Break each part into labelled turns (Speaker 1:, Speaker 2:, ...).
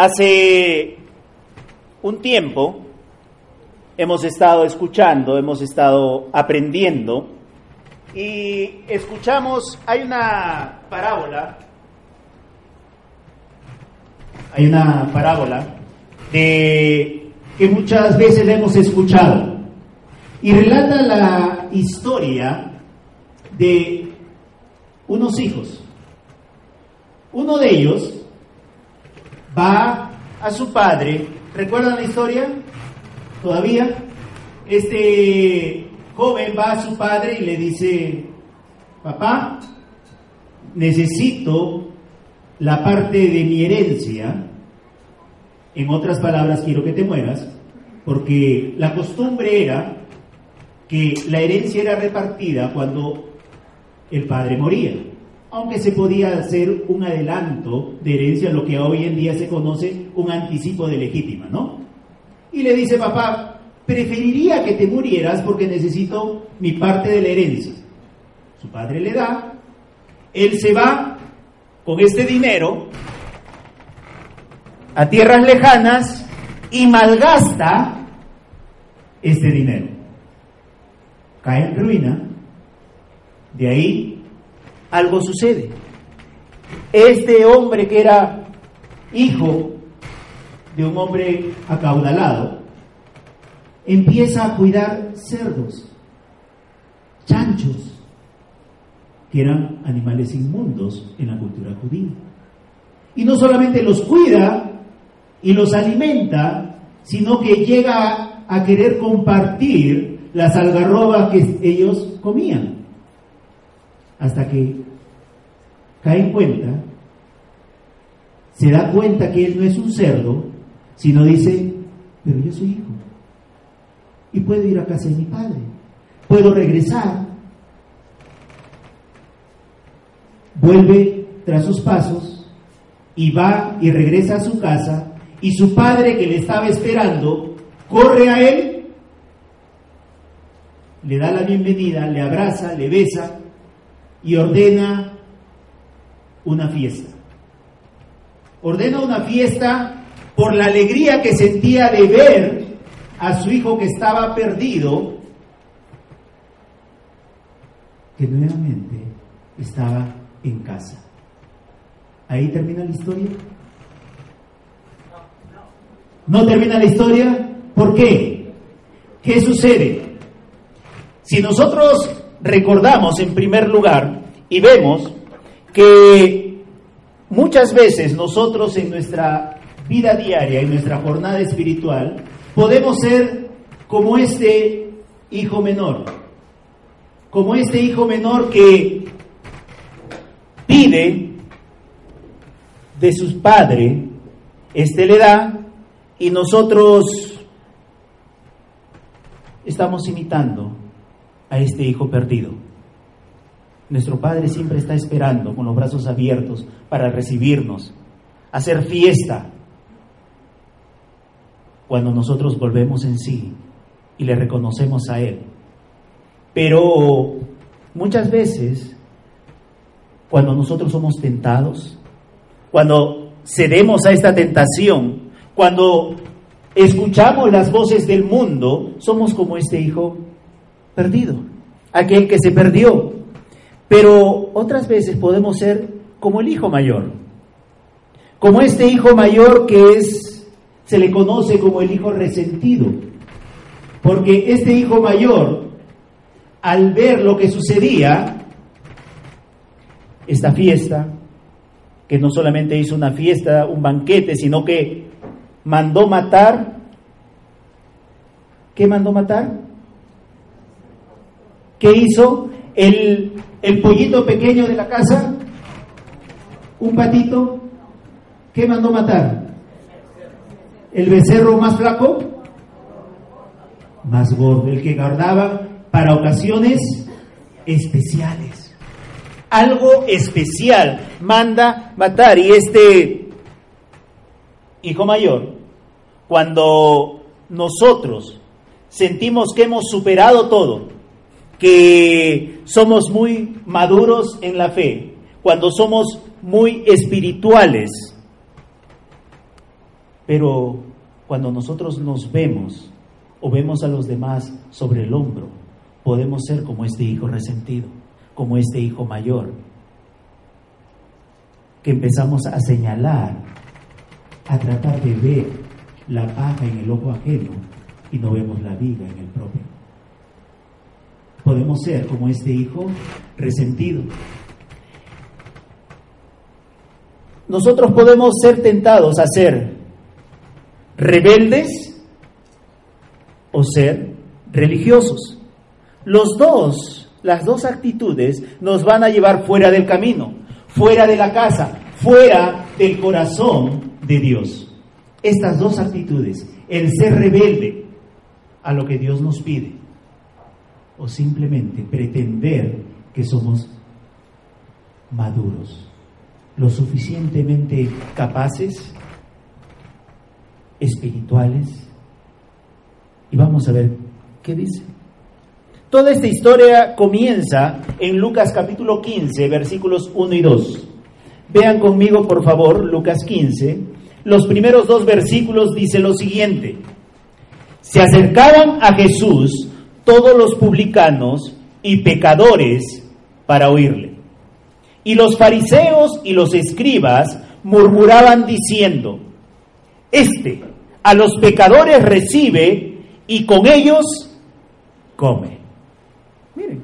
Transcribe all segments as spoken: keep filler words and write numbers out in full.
Speaker 1: Hace un tiempo hemos estado escuchando, hemos estado aprendiendo y escuchamos, hay una parábola, hay una parábola de que muchas veces la hemos escuchado y relata la historia de unos hijos. Uno de ellos va a su padre. ¿Recuerdan la historia? ¿Todavía? Este joven va a su padre y le dice: papá, necesito la parte de mi herencia. En otras palabras, quiero que te mueras, porque la costumbre era que la herencia era repartida cuando el padre moría, aunque se podía hacer un adelanto de herencia, lo que hoy en día se conoce un anticipo de legítima, ¿no? Y le dice: papá, preferiría que te murieras porque necesito mi parte de la herencia. Su padre le da, él se va con este dinero a tierras lejanas y malgasta este dinero. Cae en ruina. De ahí algo sucede. Este hombre, que era hijo de un hombre acaudalado, empieza a cuidar cerdos, chanchos, que eran animales inmundos en la cultura judía. Y no solamente los cuida y los alimenta, sino que llega a querer compartir las algarrobas que ellos comían. Hasta que cae en cuenta, se da cuenta que él no es un cerdo, sino dice: pero yo soy hijo y puedo ir a casa de mi padre, puedo regresar. Vuelve tras sus pasos y va y regresa a su casa, y su padre, que le estaba esperando, corre a él, le da la bienvenida, le abraza, le besa y ordena una fiesta. Ordena una fiesta por la alegría que sentía de ver a su hijo que estaba perdido, que nuevamente estaba en casa. ¿Ahí termina la historia? ¿No termina la historia? ¿Por qué? ¿Qué sucede? Si nosotros recordamos en primer lugar y vemos que muchas veces nosotros en nuestra vida diaria, en nuestra jornada espiritual, podemos ser como este hijo menor, como este hijo menor que pide de su padre, este le da, y nosotros estamos imitando a este hijo perdido. Nuestro Padre siempre está esperando con los brazos abiertos para recibirnos, hacer fiesta, cuando nosotros volvemos en sí y le reconocemos a Él. Pero muchas veces, cuando nosotros somos tentados, cuando cedemos a esta tentación, cuando escuchamos las voces del mundo, somos como este hijo perdido, aquel que se perdió. Pero otras veces podemos ser como el hijo mayor, como este hijo mayor que es, se le conoce como el hijo resentido, porque este hijo mayor, al ver lo que sucedía, esta fiesta, que no solamente hizo una fiesta, un banquete, sino que mandó matar. ¿Qué mandó matar? ¿Qué hizo? El, el pollito pequeño de la casa, un patito. ¿Qué mandó matar? ¿El becerro más flaco? Más gordo, el que guardaba para ocasiones especiales. Algo especial manda matar. Y este hijo mayor, cuando nosotros sentimos que hemos superado todo, que somos muy maduros en la fe, cuando somos muy espirituales, Pero cuando nosotros nos vemos o vemos a los demás sobre el hombro, podemos ser como este hijo resentido, como este hijo mayor, que empezamos a señalar, a tratar de ver la paja en el ojo ajeno y no vemos la viga en el propio. Podemos ser como este hijo resentido. Nosotros podemos ser tentados a ser rebeldes o ser religiosos. Los dos, las dos actitudes nos van a llevar fuera del camino, fuera de la casa, fuera del corazón de Dios. Estas dos actitudes, el ser rebelde a lo que Dios nos pide, o simplemente pretender que somos maduros, lo suficientemente capaces, espirituales. Y vamos a ver qué dice. Toda esta historia comienza en Lucas capítulo quince, versículos uno y dos. Vean conmigo, por favor, Lucas quince. Los primeros dos versículos dice lo siguiente: se acercaban a Jesús todos los publicanos y pecadores para oírle. Y los fariseos y los escribas murmuraban diciendo: este a los pecadores recibe y con ellos come. Miren,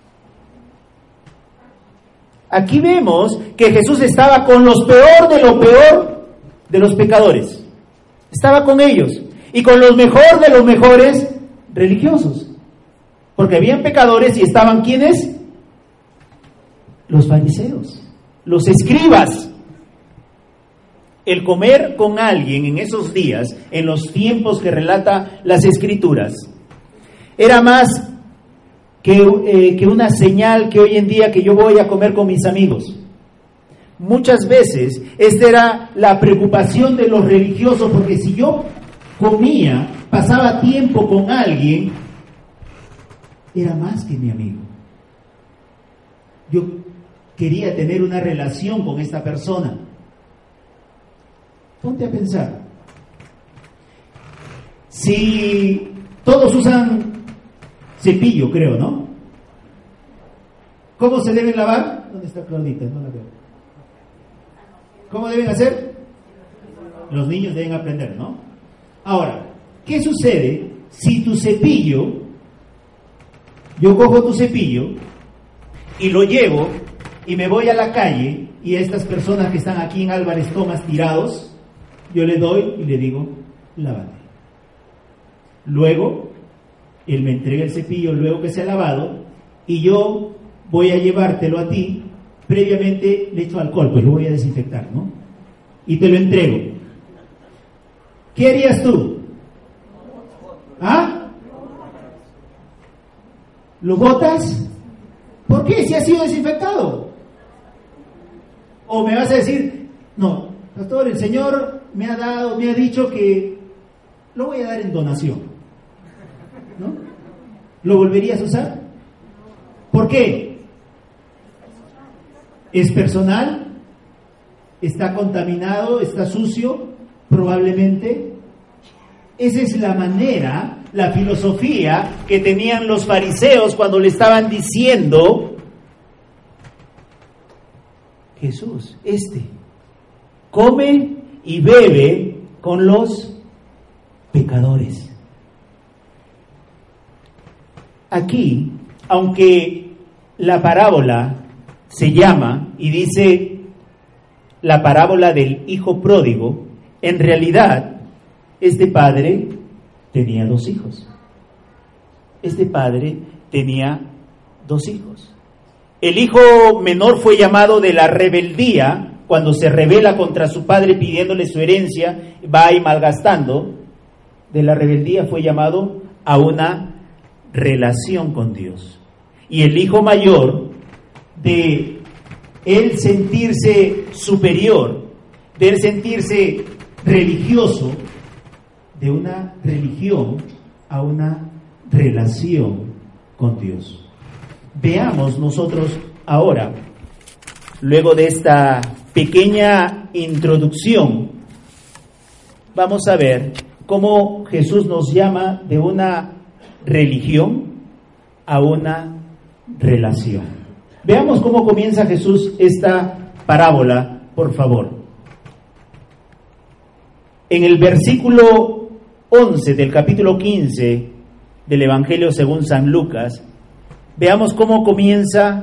Speaker 1: aquí vemos que Jesús estaba con los peor de lo peor de los pecadores. Estaba con ellos y con los mejor de los mejores religiosos. Porque habían pecadores y estaban ¿quiénes? Los fariseos, los escribas. El comer con alguien en esos días, en los tiempos que relata las Escrituras, era más que, eh, que una señal que hoy en día que yo voy a comer con mis amigos. Muchas veces esta era la preocupación de los religiosos, porque si yo comía, pasaba tiempo con alguien, era más que mi amigo. Yo quería tener una relación con esta persona. Ponte a pensar. Si todos usan cepillo, creo, ¿no? ¿Cómo se deben lavar? ¿Dónde está Claudita? No la veo. ¿Cómo deben hacer? Los niños deben aprender, ¿no? Ahora, ¿qué sucede si tu cepillo, yo cojo tu cepillo y lo llevo y me voy a la calle y a estas personas que están aquí en Álvarez Tomás tirados, yo le doy y le digo, lávate. Luego, él me entrega el cepillo luego que se ha lavado y yo voy a llevártelo a ti. Previamente le echo alcohol, pues lo voy a desinfectar, ¿no? Y te lo entrego. ¿Qué harías tú? ¿Ah? ¿Lo botas? ¿Por qué? Si ha sido desinfectado. O me vas a decir, no, pastor, el Señor me ha dado, me ha dicho que lo voy a dar en donación, ¿no? ¿Lo volverías a usar? ¿Por qué? ¿Es personal? ¿Está contaminado? ¿Está sucio? Probablemente. Esa es la manera, la filosofía que tenían los fariseos cuando le estaban diciendo: Jesús, este, come y bebe con los pecadores. Aquí, aunque la parábola se llama y dice la parábola del hijo pródigo, en realidad este padre tenía dos hijos. Este padre tenía dos hijos. El hijo menor fue llamado de la rebeldía, cuando se rebela contra su padre pidiéndole su herencia, va y malgastando. De la rebeldía fue llamado a una relación con Dios. Y el hijo mayor, de él sentirse superior, de él sentirse religioso, de una religión a una relación con Dios. Veamos nosotros ahora, luego de esta pequeña introducción, vamos a ver cómo Jesús nos llama de una religión a una relación. Veamos cómo comienza Jesús esta parábola, por favor. En el versículo once del capítulo quince del Evangelio según San Lucas, veamos cómo comienza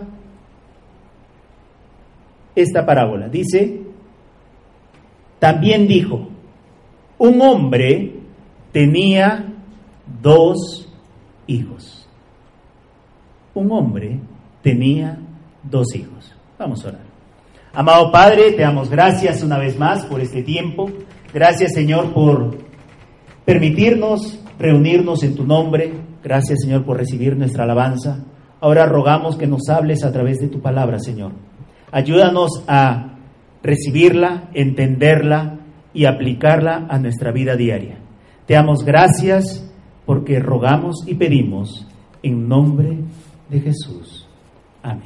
Speaker 1: esta parábola. Dice, también dijo, un hombre tenía dos hijos. Un hombre tenía dos hijos. Vamos a orar. Amado Padre, te damos gracias una vez más por este tiempo. Gracias, Señor, por permitirnos reunirnos en tu nombre. Gracias, Señor, por recibir nuestra alabanza. Ahora rogamos que nos hables a través de tu palabra, Señor. Ayúdanos a recibirla, entenderla y aplicarla a nuestra vida diaria. Te damos gracias porque rogamos y pedimos en nombre de Jesús. Amén.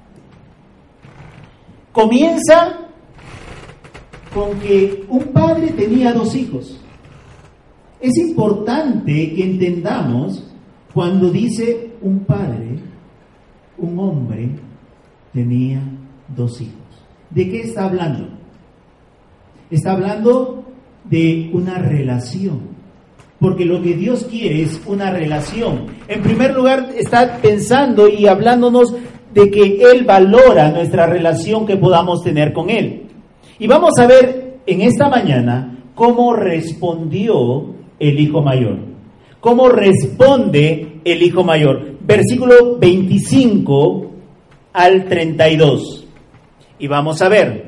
Speaker 1: Comienza con que un padre tenía dos hijos. Es importante que entendamos cuando dice un padre, un hombre tenía dos hijos. ¿De qué está hablando? Está hablando de una relación, porque lo que Dios quiere es una relación. En primer lugar, está pensando y hablándonos de que Él valora nuestra relación que podamos tener con Él. Y vamos a ver en esta mañana cómo respondió el hijo mayor. ¿Cómo responde el hijo mayor? Versículo veinticinco al treinta y dos. Y vamos a ver.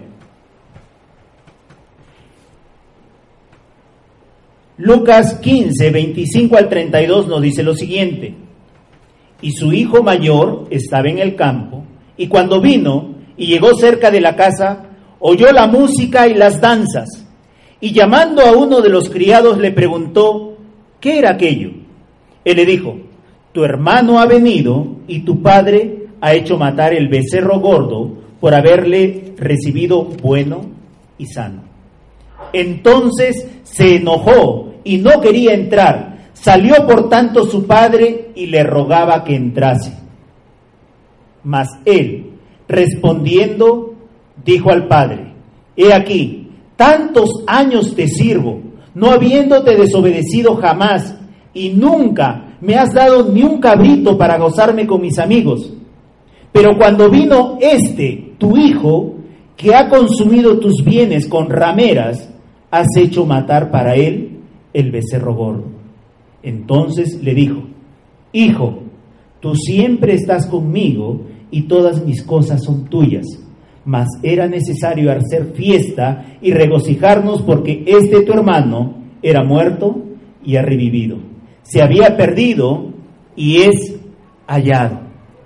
Speaker 1: Lucas quince, veinticinco al treinta y dos nos dice lo siguiente. Y su hijo mayor estaba en el campo, y cuando vino y llegó cerca de la casa, oyó la música y las danzas, y llamando a uno de los criados le preguntó, ¿qué era aquello? Él le dijo, tu hermano ha venido y tu padre ha hecho matar el becerro gordo por haberle recibido bueno y sano. Entonces se enojó y no quería entrar. Salió por tanto su padre y le rogaba que entrase. Mas él, respondiendo, dijo al padre, he aquí, tantos años te sirvo, no habiéndote desobedecido jamás, y nunca me has dado ni un cabrito para gozarme con mis amigos. Pero cuando vino este, tu hijo, que ha consumido tus bienes con rameras, has hecho matar para él el becerro gordo. Entonces le dijo, hijo, tú siempre estás conmigo y todas mis cosas son tuyas, mas era necesario hacer fiesta y regocijarnos porque este tu hermano era muerto y ha revivido, se había perdido y es hallado.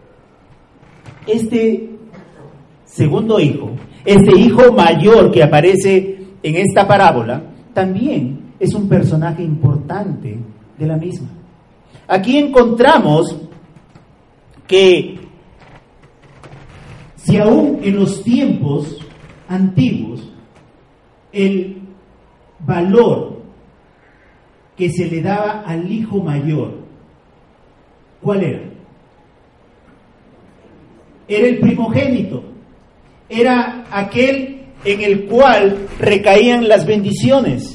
Speaker 1: Este segundo hijo, este hijo mayor que aparece en esta parábola, también es un personaje importante de la misma. Aquí encontramos que si aún en los tiempos antiguos el valor que se le daba al hijo mayor, ¿cuál era? Era el primogénito, era aquel en el cual recaían las bendiciones.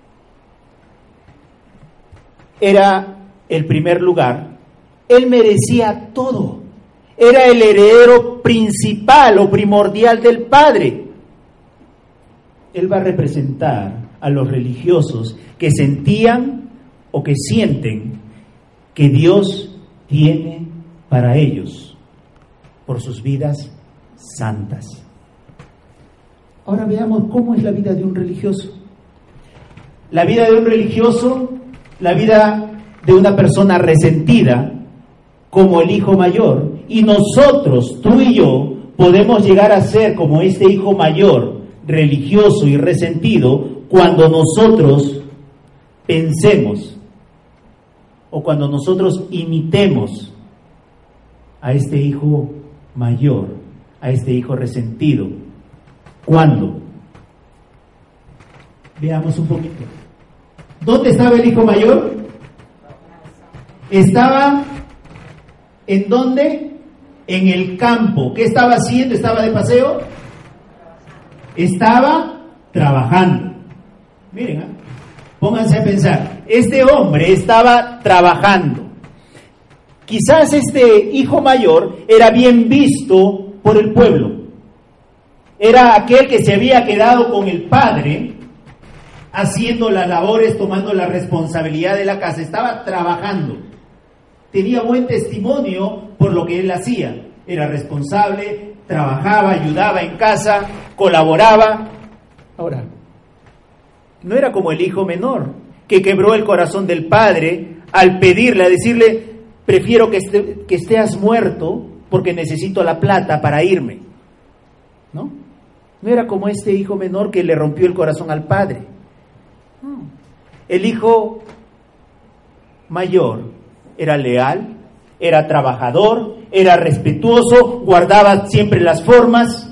Speaker 1: Era el primer lugar, él merecía todo, era el heredero principal o primordial del padre. Él va a representar a los religiosos que sentían o que sienten que Dios tiene para ellos por sus vidas santas. Ahora veamos cómo es la vida de un religioso. La vida de un religioso, la vida de una persona resentida, como el hijo mayor, y nosotros, tú y yo, podemos llegar a ser como este hijo mayor, religioso y resentido, cuando nosotros pensemos o cuando nosotros imitemos a este hijo mayor, a este hijo resentido. ¿Cuándo? Veamos un poquito. ¿Dónde estaba el hijo mayor? Estaba, ¿en dónde? En el campo. ¿Qué estaba haciendo? ¿Estaba de paseo? Estaba trabajando. Miren, ¿eh? Pónganse a pensar. Este hombre estaba trabajando. Quizás este hijo mayor era bien visto por el pueblo. Era aquel que se había quedado con el padre, haciendo las labores, tomando la responsabilidad de la casa. Estaba trabajando. Tenía buen testimonio por lo que él hacía. Era responsable, trabajaba, ayudaba en casa, colaboraba. Ahora, no era como el hijo menor, que quebró el corazón del padre al pedirle, a decirle, prefiero que, esté, que estés muerto porque necesito la plata para irme. ¿No? No era como este hijo menor que le rompió el corazón al padre. No. El hijo mayor era leal, era trabajador, era respetuoso, guardaba siempre las formas.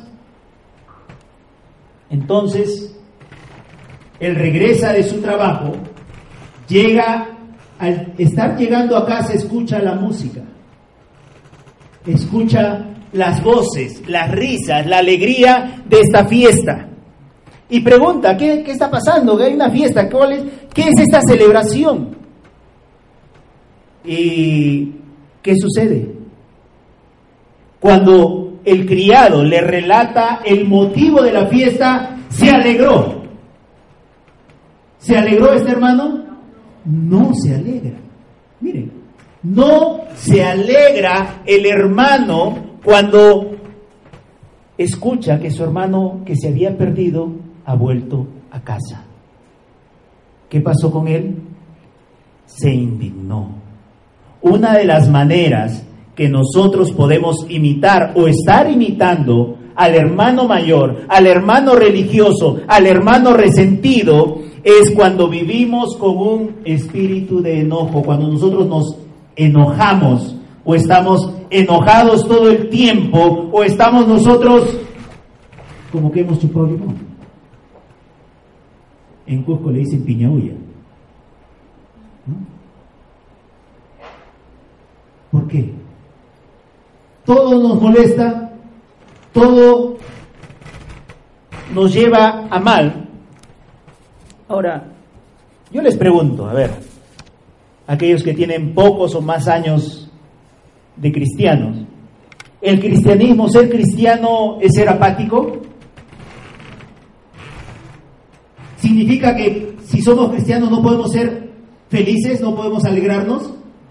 Speaker 1: Entonces, él regresa de su trabajo, llega, al estar llegando a casa, escucha la música, escucha las voces, las risas, la alegría de esta fiesta. Y pregunta, ¿qué, qué está pasando? ¿Hay una fiesta? ¿Cuál es, ¿Qué es esta celebración? ¿Y qué sucede? Cuando el criado le relata el motivo de la fiesta, se alegró. ¿Se alegró este hermano? No se alegra. Miren, no se alegra el hermano cuando escucha que su hermano que se había perdido ha vuelto a casa. ¿Qué pasó con él? Se indignó. Una de las maneras que nosotros podemos imitar o estar imitando al hermano mayor, al hermano religioso, al hermano resentido, es cuando vivimos con un espíritu de enojo, cuando nosotros nos enojamos o estamos enojados todo el tiempo o estamos nosotros como que hemos chupado limón. En Cusco le dicen piñahuya, ¿no? ¿Por qué? Todo nos molesta, todo nos lleva a mal. Ahora, yo les pregunto, a ver, aquellos que tienen pocos o más años de cristianos, ¿el cristianismo, ser cristiano, es ser apático? ¿Significa que si somos cristianos no podemos ser felices, no podemos alegrarnos?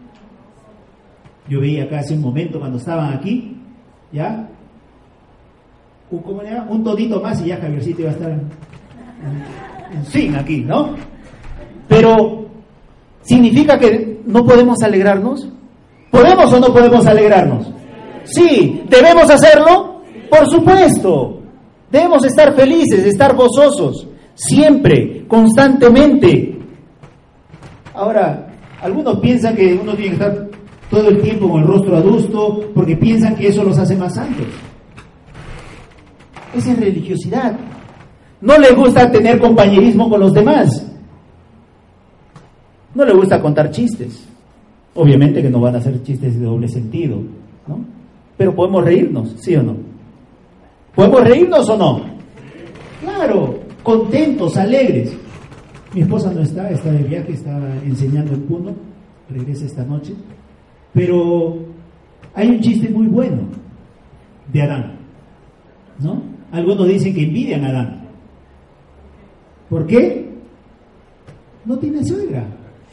Speaker 1: Yo veía acá hace un momento cuando estaban aquí, ¿ya? Un, ¿cómo le llama? Un tonito más y ya Javiercito iba a estar en, en, en fin aquí, ¿no? Pero, ¿significa que no podemos alegrarnos? ¿Podemos o no podemos alegrarnos? Sí. ¿Debemos hacerlo? Por supuesto. Debemos estar felices, estar gozosos, siempre, constantemente. Ahora, algunos piensan que uno tiene que estar todo el tiempo con el rostro adusto porque piensan que eso los hace más santos. Esa es religiosidad. No les gusta tener compañerismo con los demás. No les gusta contar chistes. Obviamente que no van a ser chistes de doble sentido, ¿no? Pero podemos reírnos, ¿sí o no? ¿Podemos reírnos o no? Claro, contentos, alegres. Mi esposa no está, está de viaje, está enseñando en Puno, regresa esta noche. Pero hay un chiste muy bueno de Adán, ¿no? Algunos dicen que envidian a Adán. ¿Por qué? No tiene suegra.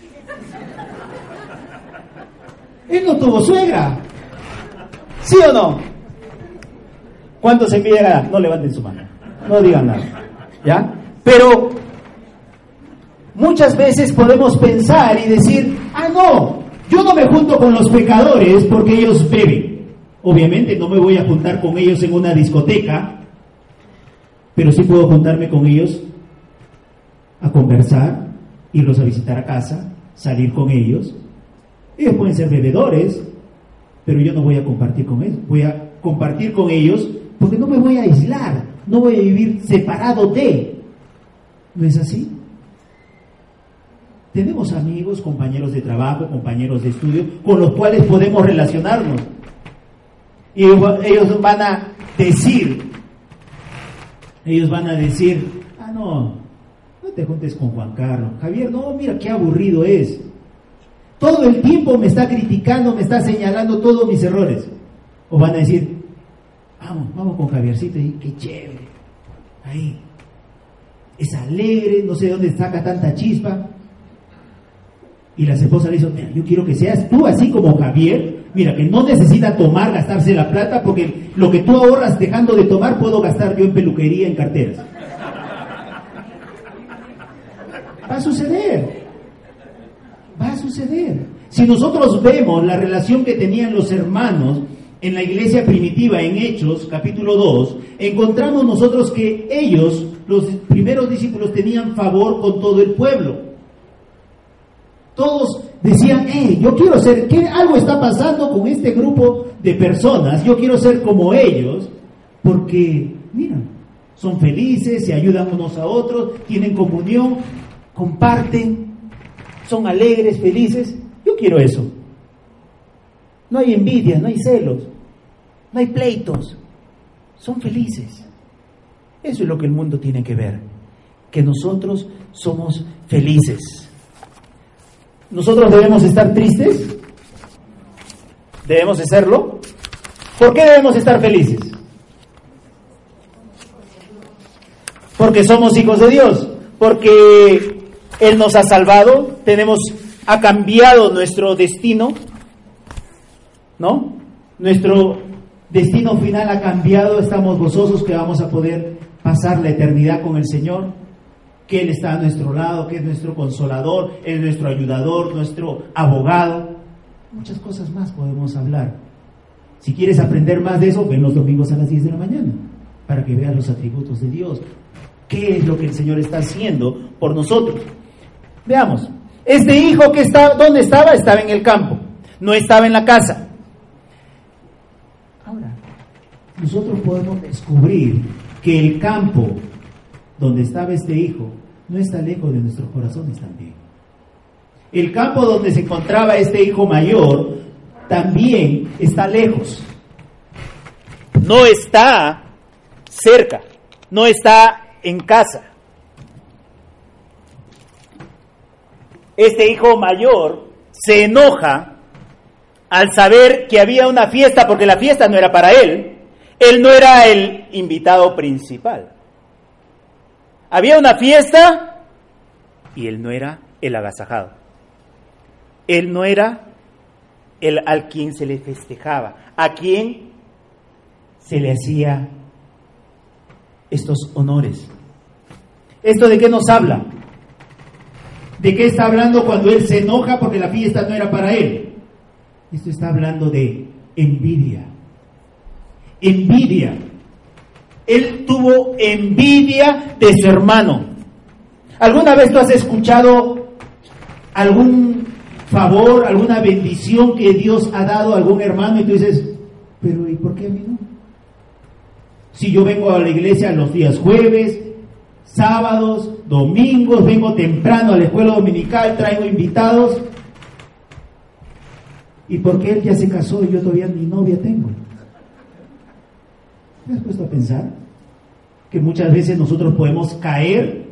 Speaker 1: Él no tuvo suegra. ¿Sí o no? ¿Cuántos envidian a Adán? No levanten su mano, no digan nada, ¿ya? Pero muchas veces podemos pensar y decir, ah, no, yo no me junto con los pecadores porque ellos beben. Obviamente no me voy a juntar con ellos en una discoteca, pero sí puedo juntarme con ellos a conversar, irlos a visitar a casa, salir con ellos. Ellos pueden ser bebedores, pero yo no voy a compartir con ellos. Voy a compartir con ellos porque no me voy a aislar, no voy a vivir separado de. ¿No es así? Tenemos amigos, compañeros de trabajo, compañeros de estudio, con los cuales podemos relacionarnos. Y ellos van a decir, ellos van a decir, ah, no, no te juntes con Juan Carlos. Javier, no, mira qué aburrido es. Todo el tiempo me está criticando, me está señalando todos mis errores. O van a decir, vamos, vamos con Javiercito, y qué chévere. Ahí, es alegre, no sé de dónde saca tanta chispa. Y las esposas le dicen, mira, yo quiero que seas tú así como Javier, mira, que no necesita tomar, gastarse la plata, porque lo que tú ahorras dejando de tomar, puedo gastar yo en peluquería, en carteras. Va a suceder, va a suceder. Si nosotros vemos la relación que tenían los hermanos en la iglesia primitiva, en Hechos, capítulo dos, encontramos nosotros que ellos, los primeros discípulos, tenían favor con todo el pueblo. Todos decían, hey, yo quiero ser, ¿qué, algo está pasando con este grupo de personas, yo quiero ser como ellos, porque, mira, son felices, se ayudan unos a otros, tienen comunión, comparten, son alegres, felices. Yo quiero eso. No hay envidia, no hay celos, no hay pleitos, son felices. Eso es lo que el mundo tiene que ver, que nosotros somos felices. ¿Nosotros debemos estar tristes? ¿Debemos de serlo? ¿Por qué debemos estar felices? Porque somos hijos de Dios, porque Él nos ha salvado, tenemos, ha cambiado nuestro destino, ¿no? Nuestro destino final ha cambiado, estamos gozosos que vamos a poder pasar la eternidad con el Señor, que Él está a nuestro lado, que es nuestro consolador, es nuestro ayudador, nuestro abogado. Muchas cosas más podemos hablar. Si quieres aprender más de eso, ven los domingos a las diez de la mañana, para que veas los atributos de Dios. ¿Qué es lo que el Señor está haciendo por nosotros? Veamos. Este hijo que está, ¿dónde estaba? Estaba en el campo, no estaba en la casa. Ahora, nosotros podemos descubrir que el campo donde estaba este hijo no está lejos de nuestros corazones también. El campo donde se encontraba este hijo mayor también está lejos. No está cerca, no está en casa. Este hijo mayor se enoja al saber que había una fiesta, porque la fiesta no era para él. Él no era el invitado principal. Había una fiesta y él no era el agasajado. Él no era el al quien se le festejaba, a quien se le hacía estos honores. ¿Esto de qué nos habla? ¿De qué está hablando cuando él se enoja porque la fiesta no era para él? Esto está hablando de envidia. Envidia. Él tuvo envidia de su hermano. ¿Alguna vez tú has escuchado algún favor, alguna bendición que Dios ha dado a algún hermano y tú dices, pero ¿y por qué a mí no? Si yo vengo a la iglesia los días jueves, sábados, domingos, vengo temprano a la escuela dominical, traigo invitados, ¿y por qué él ya se casó y yo todavía ni novia tengo? ¿Me has puesto a pensar que muchas veces nosotros podemos caer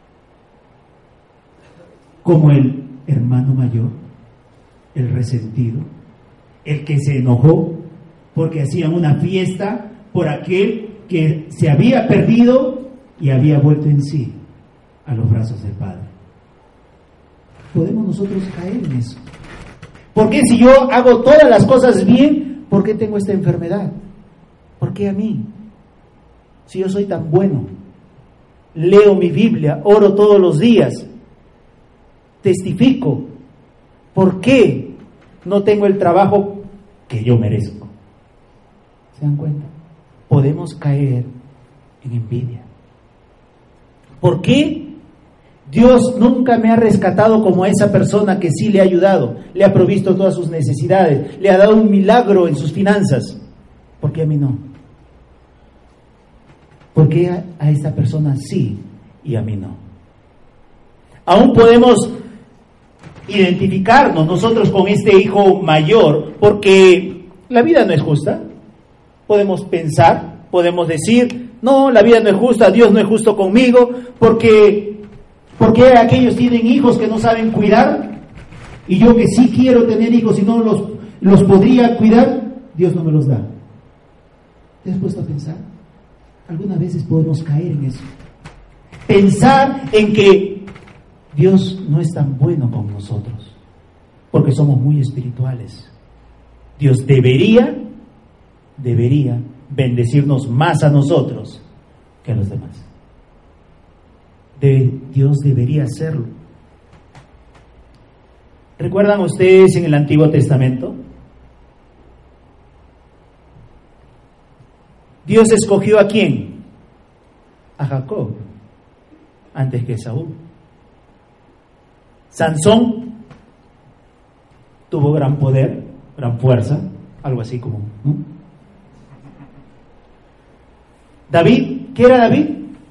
Speaker 1: como el hermano mayor, el resentido, el que se enojó porque hacían una fiesta por aquel que se había perdido y había vuelto en sí a los brazos del Padre? Podemos nosotros caer en eso. ¿Por qué si yo hago todas las cosas bien, por qué tengo esta enfermedad? ¿Por qué a mí? Si yo soy tan bueno, leo mi Biblia, oro todos los días, testifico, ¿por qué no tengo el trabajo que yo merezco? ¿Se dan cuenta? Podemos caer en envidia. ¿Por qué Dios nunca me ha rescatado como a esa persona que sí le ha ayudado, le ha provisto todas sus necesidades, le ha dado un milagro en sus finanzas? ¿Por qué a mí no? ¿Por qué a, a esta persona sí y a mí no? Aún podemos identificarnos nosotros con este hijo mayor, porque la vida no es justa. Podemos pensar, podemos decir, no, la vida no es justa, Dios no es justo conmigo, porque, porque aquellos tienen hijos que no saben cuidar, y yo que sí quiero tener hijos y no los, los podría cuidar, Dios no me los da. ¿Te has puesto a pensar? Algunas veces podemos caer en eso. Pensar en que Dios no es tan bueno con nosotros, porque somos muy espirituales. Dios debería, debería bendecirnos más a nosotros que a los demás. De, Dios debería hacerlo. ¿Recuerdan ustedes en el Antiguo Testamento? Dios escogió ¿a quién? A Jacob, antes que Saúl. Sansón tuvo gran poder, gran fuerza, algo así como... ¿no? David, ¿qué era David?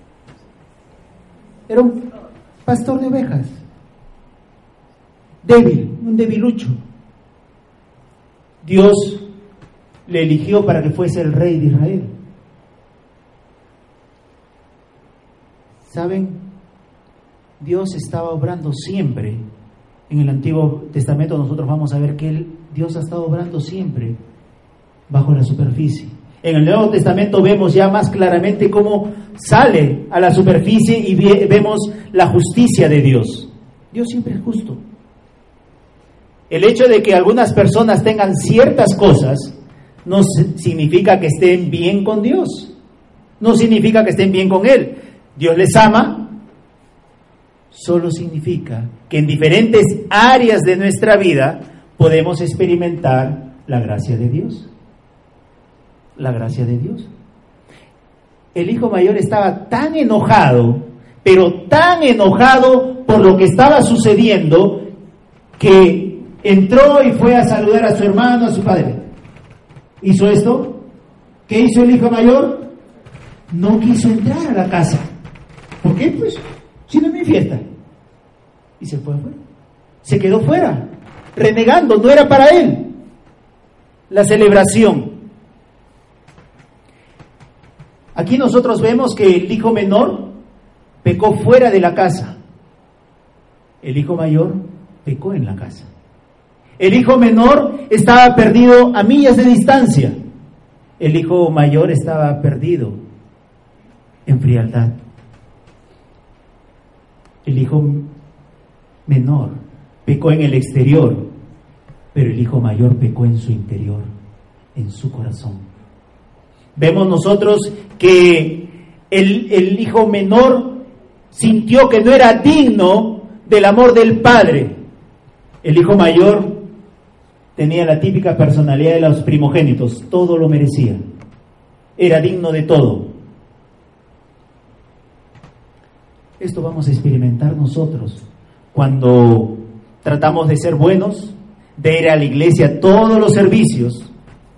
Speaker 1: Era un pastor de ovejas, débil, un debilucho. Dios le eligió para que fuese el rey de Israel. ¿Saben? Dios estaba obrando siempre. En el Antiguo Testamento nosotros vamos a ver que él, Dios ha estado obrando siempre bajo la superficie. En el Nuevo Testamento vemos ya más claramente cómo sale a la superficie y ve, vemos la justicia de Dios. Dios siempre es justo. El hecho de que algunas personas tengan ciertas cosas no significa que estén bien con Dios. No significa que estén bien con Él. Dios les ama. Solo significa que en diferentes áreas de nuestra vida podemos experimentar la gracia de Dios. La gracia de Dios. El hijo mayor estaba tan enojado, pero tan enojado por lo que estaba sucediendo, que entró y fue a saludar a su hermano, a su padre. ¿Hizo esto? ¿Qué hizo el hijo mayor? No quiso entrar a la casa. ¿Por qué? Pues, si no es mi fiesta. Y se fue afuera. Se quedó fuera, renegando, no era para él la celebración. Aquí nosotros vemos que el hijo menor pecó fuera de la casa. El hijo mayor pecó en la casa. El hijo menor estaba perdido a millas de distancia. El hijo mayor estaba perdido en frialdad. El hijo menor pecó en el exterior, pero el hijo mayor pecó en su interior, en su corazón. Vemos nosotros que el, el hijo menor sintió que no era digno del amor del padre. El hijo mayor tenía la típica personalidad de los primogénitos, todo lo merecía, era digno de todo. Esto vamos a experimentar nosotros cuando tratamos de ser buenos, de ir a la iglesia todos los servicios.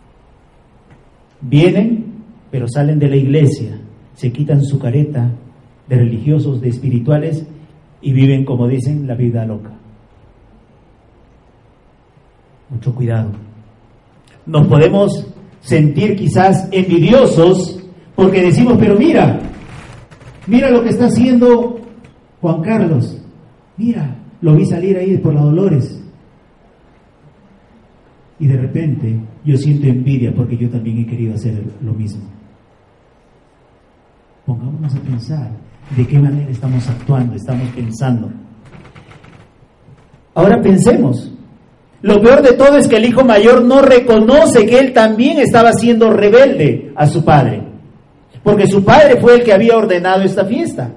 Speaker 1: Vienen, pero salen de la iglesia, se quitan su careta de religiosos, de espirituales, y viven, como dicen, la vida loca. Mucho cuidado. Nos podemos sentir quizás envidiosos porque decimos, pero mira, mira lo que está haciendo Juan Carlos, mira, lo vi salir ahí por la Dolores. Y de repente yo siento envidia porque yo también he querido hacer lo mismo. Pongámonos a pensar de qué manera estamos actuando, estamos pensando. Ahora pensemos. Lo peor de todo es que el hijo mayor no reconoce que él también estaba siendo rebelde a su padre, porque su padre fue el que había ordenado esta fiesta.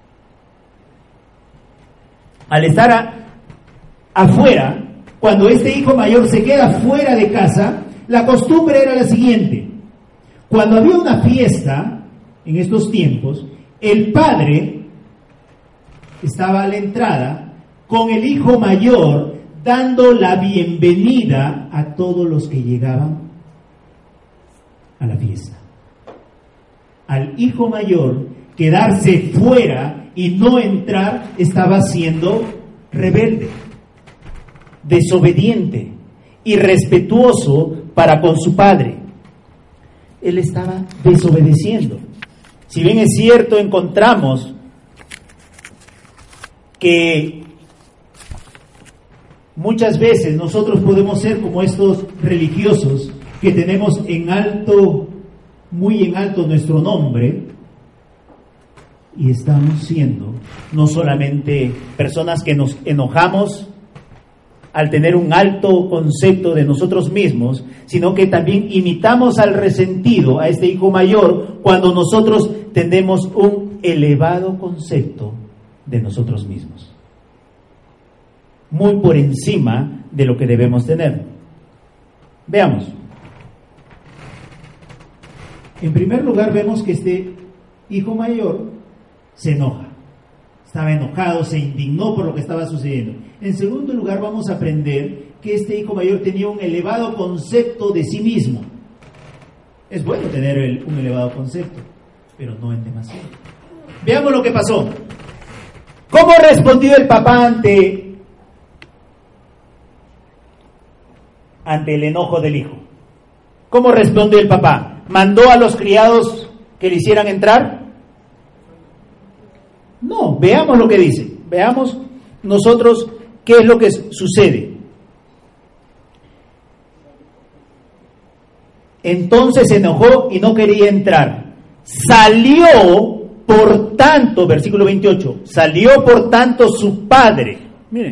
Speaker 1: Al estar a, afuera, cuando este hijo mayor se queda fuera de casa, la costumbre era la siguiente: cuando había una fiesta en estos tiempos, el padre estaba a la entrada con el hijo mayor, dando la bienvenida a todos los que llegaban a la fiesta. Al hijo mayor quedarse fuera y no entrar estaba siendo rebelde. desobediente, irrespetuoso para con su padre. Él estaba desobedeciendo. Si bien es cierto, encontramos que muchas veces nosotros podemos ser como estos religiosos que tenemos en alto, muy en alto nuestro nombre, y estamos siendo no solamente personas que nos enojamos al tener un alto concepto de nosotros mismos, sino que también imitamos al resentido, a este hijo mayor, cuando nosotros tenemos un elevado concepto de nosotros mismos, muy por encima de lo que debemos tener. Veamos. En primer lugar, vemos que este hijo mayor se enoja. Estaba enojado, se indignó por lo que estaba sucediendo. En segundo lugar, vamos a aprender que este hijo mayor tenía un elevado concepto de sí mismo. Es bueno tener el, un elevado concepto, pero no en demasiado. Veamos lo que pasó. ¿Cómo respondió el papá ante, ante el enojo del hijo? ¿Cómo respondió el papá? ¿Mandó a los criados que le hicieran entrar? No, veamos lo que dice. Veamos nosotros qué es lo que sucede. Entonces se enojó y no quería entrar. Salió, por tanto, versículo veintiocho, salió por tanto su padre. Miren,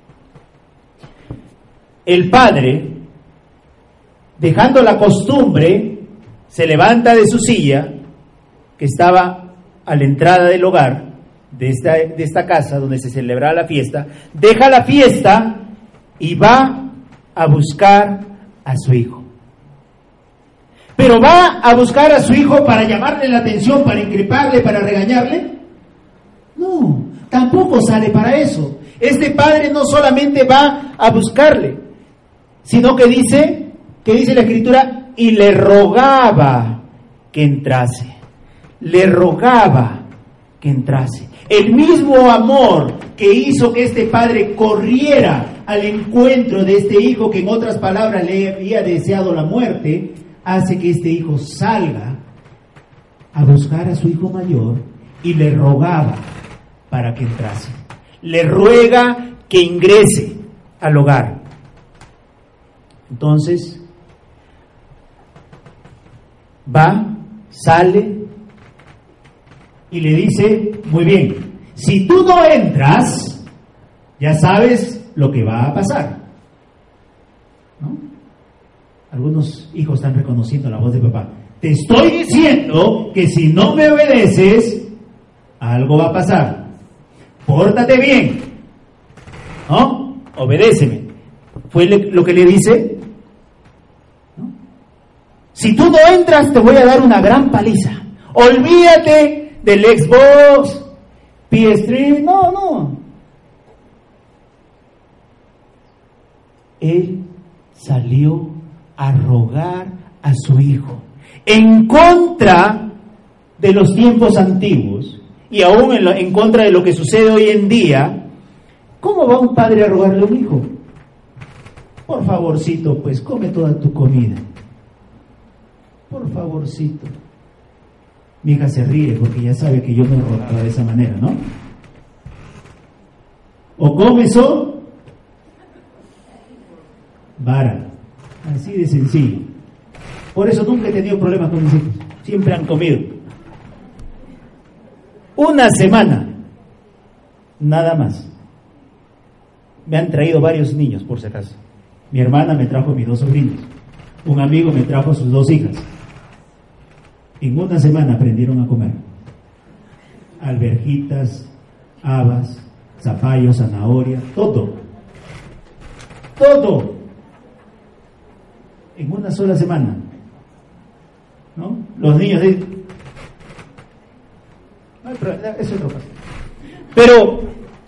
Speaker 1: el padre, dejando la costumbre, se levanta de su silla, que estaba a la entrada del hogar, de esta, de esta casa donde se celebraba la fiesta, deja la fiesta y va a buscar a su hijo. Pero va a buscar a su hijo para llamarle la atención, para increparle, para regañarle. No, tampoco sale para eso. Este padre no solamente va a buscarle, sino que dice, que dice la Escritura, y le rogaba que entrase. Le rogaba que entrase. El mismo amor que hizo que este padre corriera al encuentro de este hijo, que en otras palabras le había deseado la muerte, hace que este hijo salga a buscar a su hijo mayor y le rogaba para que entrase. Le ruega que ingrese al hogar. Entonces, va, sale y le dice, muy bien, si tú no entras, ya sabes lo que va a pasar, ¿no? Algunos hijos están reconociendo la voz de papá. Te estoy diciendo que si no me obedeces, algo va a pasar. Pórtate bien, ¿no? Obedéceme. Fue lo que le dice, ¿no? Si tú no entras, te voy a dar una gran paliza. Olvídate del Xbox, P S tres, no, no. Él salió a rogar a su hijo, en contra de los tiempos antiguos y aún en, lo, en contra de lo que sucede hoy en día. ¿Cómo va un padre a rogarle a un hijo? Por favorcito, pues, come toda tu comida. Por favorcito. Mi hija se ríe porque ya sabe que yo me rogaba de esa manera, ¿no? O comes o vara. Así de sencillo. Por eso nunca he tenido problemas con mis hijos. Siempre han comido. Una semana. Nada más. Me han traído varios niños, por si acaso. Mi hermana me trajo a mis dos sobrinos. Un amigo me trajo a sus dos hijas. En una semana aprendieron a comer. Alverjitas, habas, zapallo, zanahoria, todo. Todo. En una sola semana, ¿no? Los niños de... Ay, pero eso es otro caso. Pero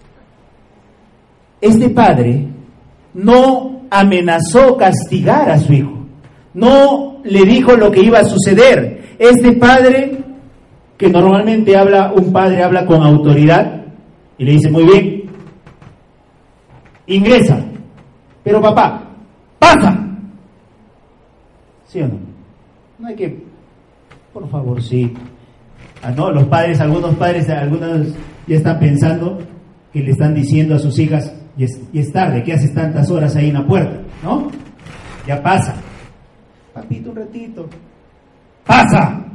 Speaker 1: este padre no amenazó castigar a su hijo, no le dijo lo que iba a suceder. Este padre, que normalmente habla, un padre habla con autoridad y le dice, muy bien, ingresa. Pero papá, pasa. ¿Sí o no? No hay que, por favor, sí. Ah, no, los padres, algunos padres, algunos ya están pensando que le están diciendo a sus hijas, y es, y es tarde, ¿qué haces tantas horas ahí en la puerta? ¿No? Ya pasa. Papito, un ratito. ¡Pasa!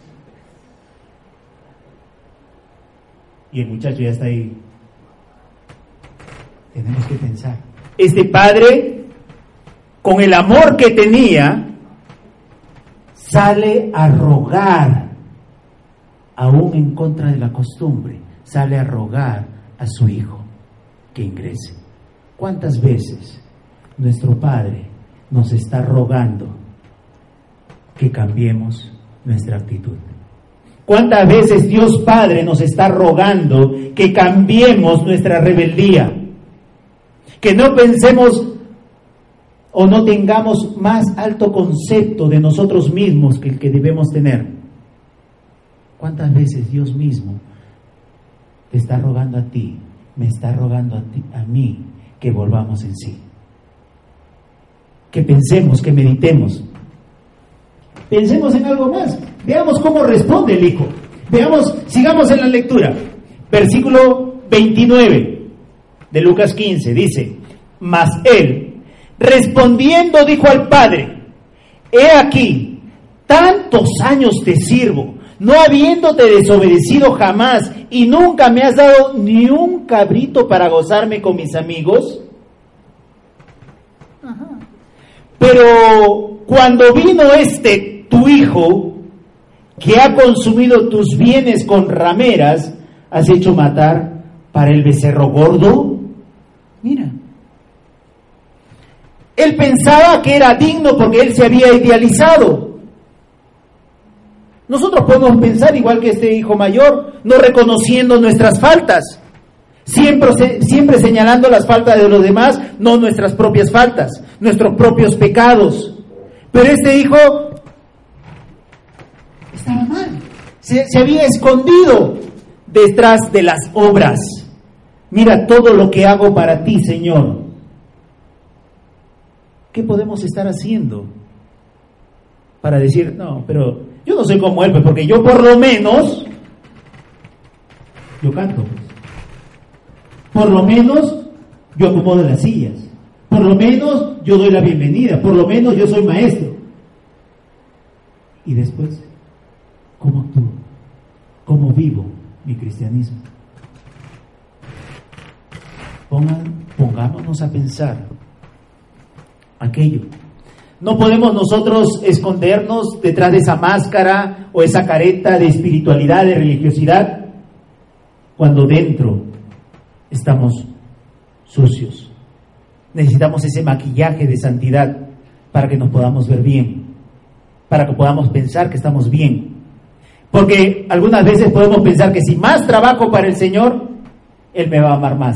Speaker 1: Y el muchacho ya está ahí. Tenemos que pensar. Este padre, con el amor que tenía, sale a rogar, aún en contra de la costumbre, sale a rogar a su hijo que ingrese. ¿Cuántas veces nuestro Padre nos está rogando que cambiemos nuestra actitud? ¿Cuántas veces Dios Padre nos está rogando que cambiemos nuestra rebeldía? Que no pensemos o no tengamos más alto concepto de nosotros mismos que el que debemos tener. ¿Cuántas veces Dios mismo te está rogando a ti, me está rogando a ti, a mí, que volvamos en sí? Que pensemos, que meditemos. Pensemos en algo más. Veamos cómo responde el hijo. Veamos, sigamos en la lectura. Versículo veintinueve de Lucas quince dice: mas él, respondiendo, dijo al padre: he aquí, tantos años te sirvo, no habiéndote desobedecido jamás, y nunca me has dado ni un cabrito para gozarme con mis amigos. Ajá. Pero cuando vino este tu hijo, que ha consumido tus bienes con rameras, has hecho matar para el becerro gordo. Mira, él pensaba que era digno porque él se había idealizado. Nosotros podemos pensar igual que este hijo mayor, no reconociendo nuestras faltas, siempre, siempre señalando las faltas de los demás, no nuestras propias faltas, nuestros propios pecados. Pero este hijo estaba mal, se, se había escondido detrás de las obras. Mira todo lo que hago para ti, Señor. ¿Qué podemos estar haciendo para decir, no, pero yo no soy como él, pues porque yo por lo menos, yo canto, por lo menos yo acomodo las sillas, por lo menos yo doy la bienvenida, por lo menos yo soy maestro? Y después, ¿cómo actúo? ¿Cómo vivo mi cristianismo? Pongan, pongámonos a pensar aquello. No podemos nosotros escondernos detrás de esa máscara o esa careta de espiritualidad, de religiosidad, cuando dentro estamos sucios. Necesitamos ese maquillaje de santidad para que nos podamos ver bien, para que podamos pensar que estamos bien. Porque algunas veces podemos pensar que si más trabajo para el Señor, Él me va a amar más.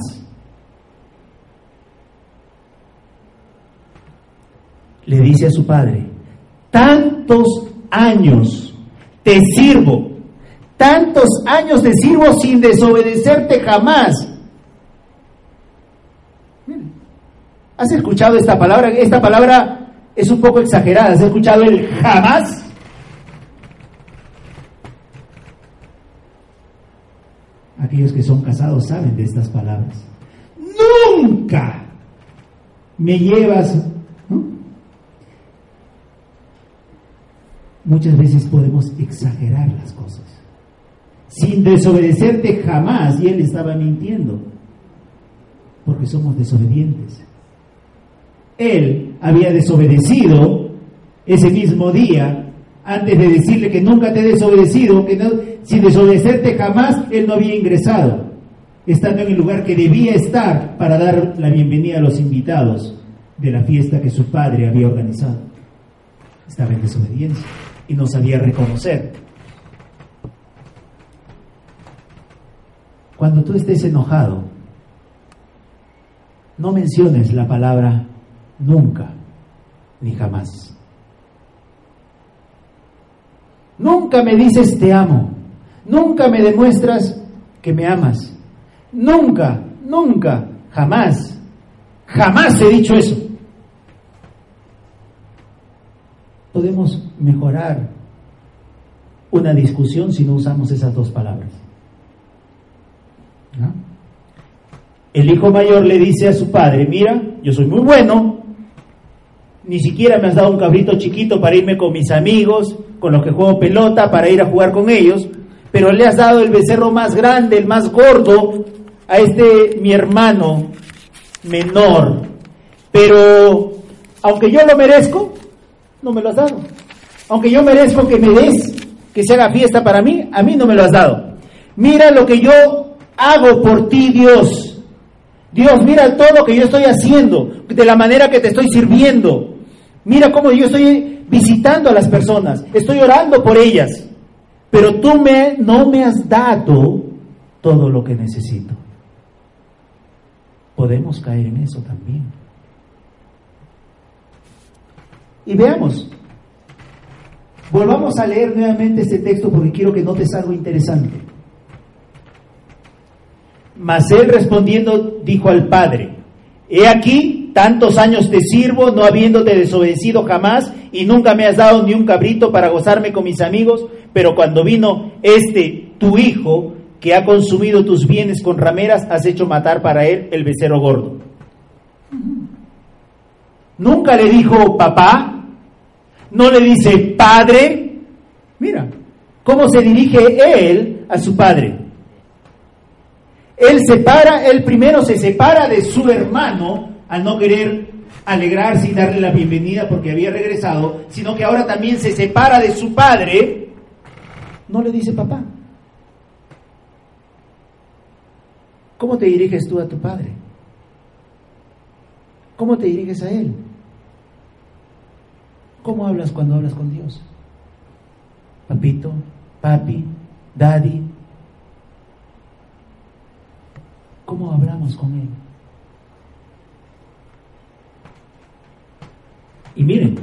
Speaker 1: Le dice a su padre: tantos años te sirvo, tantos años te sirvo sin desobedecerte jamás. ¿Has escuchado esta palabra? Esta palabra es un poco exagerada. ¿Has escuchado el jamás? Aquellos que son casados saben de estas palabras. Nunca me llevas, ¿no? Muchas veces podemos exagerar las cosas. Sin desobedecerte jamás, y él estaba mintiendo, porque somos desobedientes. Él había desobedecido ese mismo día, antes de decirle que nunca te he desobedecido, que no, sin desobedecerte jamás, él no había ingresado, estando en el lugar que debía estar para dar la bienvenida a los invitados de la fiesta que su padre había organizado. Estaba en desobediencia y no sabía reconocer. Cuando tú estés enojado, no menciones la palabra nunca ni jamás. Nunca me dices te amo, nunca me demuestras que me amas, nunca, nunca, jamás, Jamás he dicho eso. Podemos mejorar una discusión si no usamos esas dos palabras. ¿No? El hijo mayor le dice a su padre: mira, yo soy muy bueno, ni siquiera me has dado un cabrito chiquito para irme con mis amigos, con los que juego pelota, para ir a jugar con ellos, pero le has dado el becerro más grande, el más gordo, a este mi hermano menor. Pero aunque yo lo merezco, no me lo has dado. Aunque yo merezco que me des, que se haga fiesta para mí, a mí no me lo has dado. Mira lo que yo hago por ti, Dios. Dios, mira todo lo que yo estoy haciendo, de la manera que te estoy sirviendo. Mira cómo yo estoy visitando a las personas, estoy orando por ellas. Pero tú me, no me has dado todo lo que necesito. Podemos caer en eso también. Y veamos, volvamos a leer nuevamente este texto porque quiero que notes algo interesante. Mas él respondiendo dijo al padre: he aquí, tantos años te sirvo, no habiéndote desobedecido jamás, y nunca me has dado ni un cabrito para gozarme con mis amigos, pero cuando vino este tu hijo, que ha consumido tus bienes con rameras, has hecho matar para él el becerro gordo. Nunca le dijo papá, no le dice padre. Mira cómo se dirige él a su padre. Él separa, él primero se separa de su hermano al no querer alegrarse y darle la bienvenida porque había regresado, sino que ahora también se separa de su padre. No le dice papá. ¿Cómo te diriges tú a tu padre? ¿Cómo te diriges a él? ¿Cómo hablas cuando hablas con Dios? Papito, papi, daddy. ¿Cómo hablamos con él? Y miren,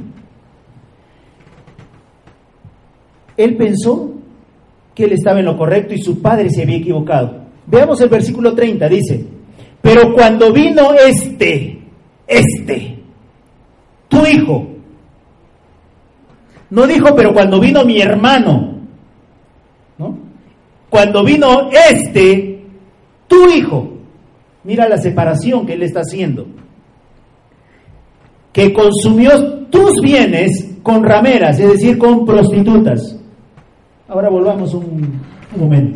Speaker 1: él pensó que él estaba en lo correcto y su padre se había equivocado. Veamos el versículo treinta, dice: pero cuando vino este, este, tu hijo, no dijo, pero cuando vino mi hermano, ¿no? Cuando vino este, tu hijo, mira la separación que él está haciendo, que consumió tus bienes con rameras, es decir, con prostitutas. Ahora volvamos un, un momento.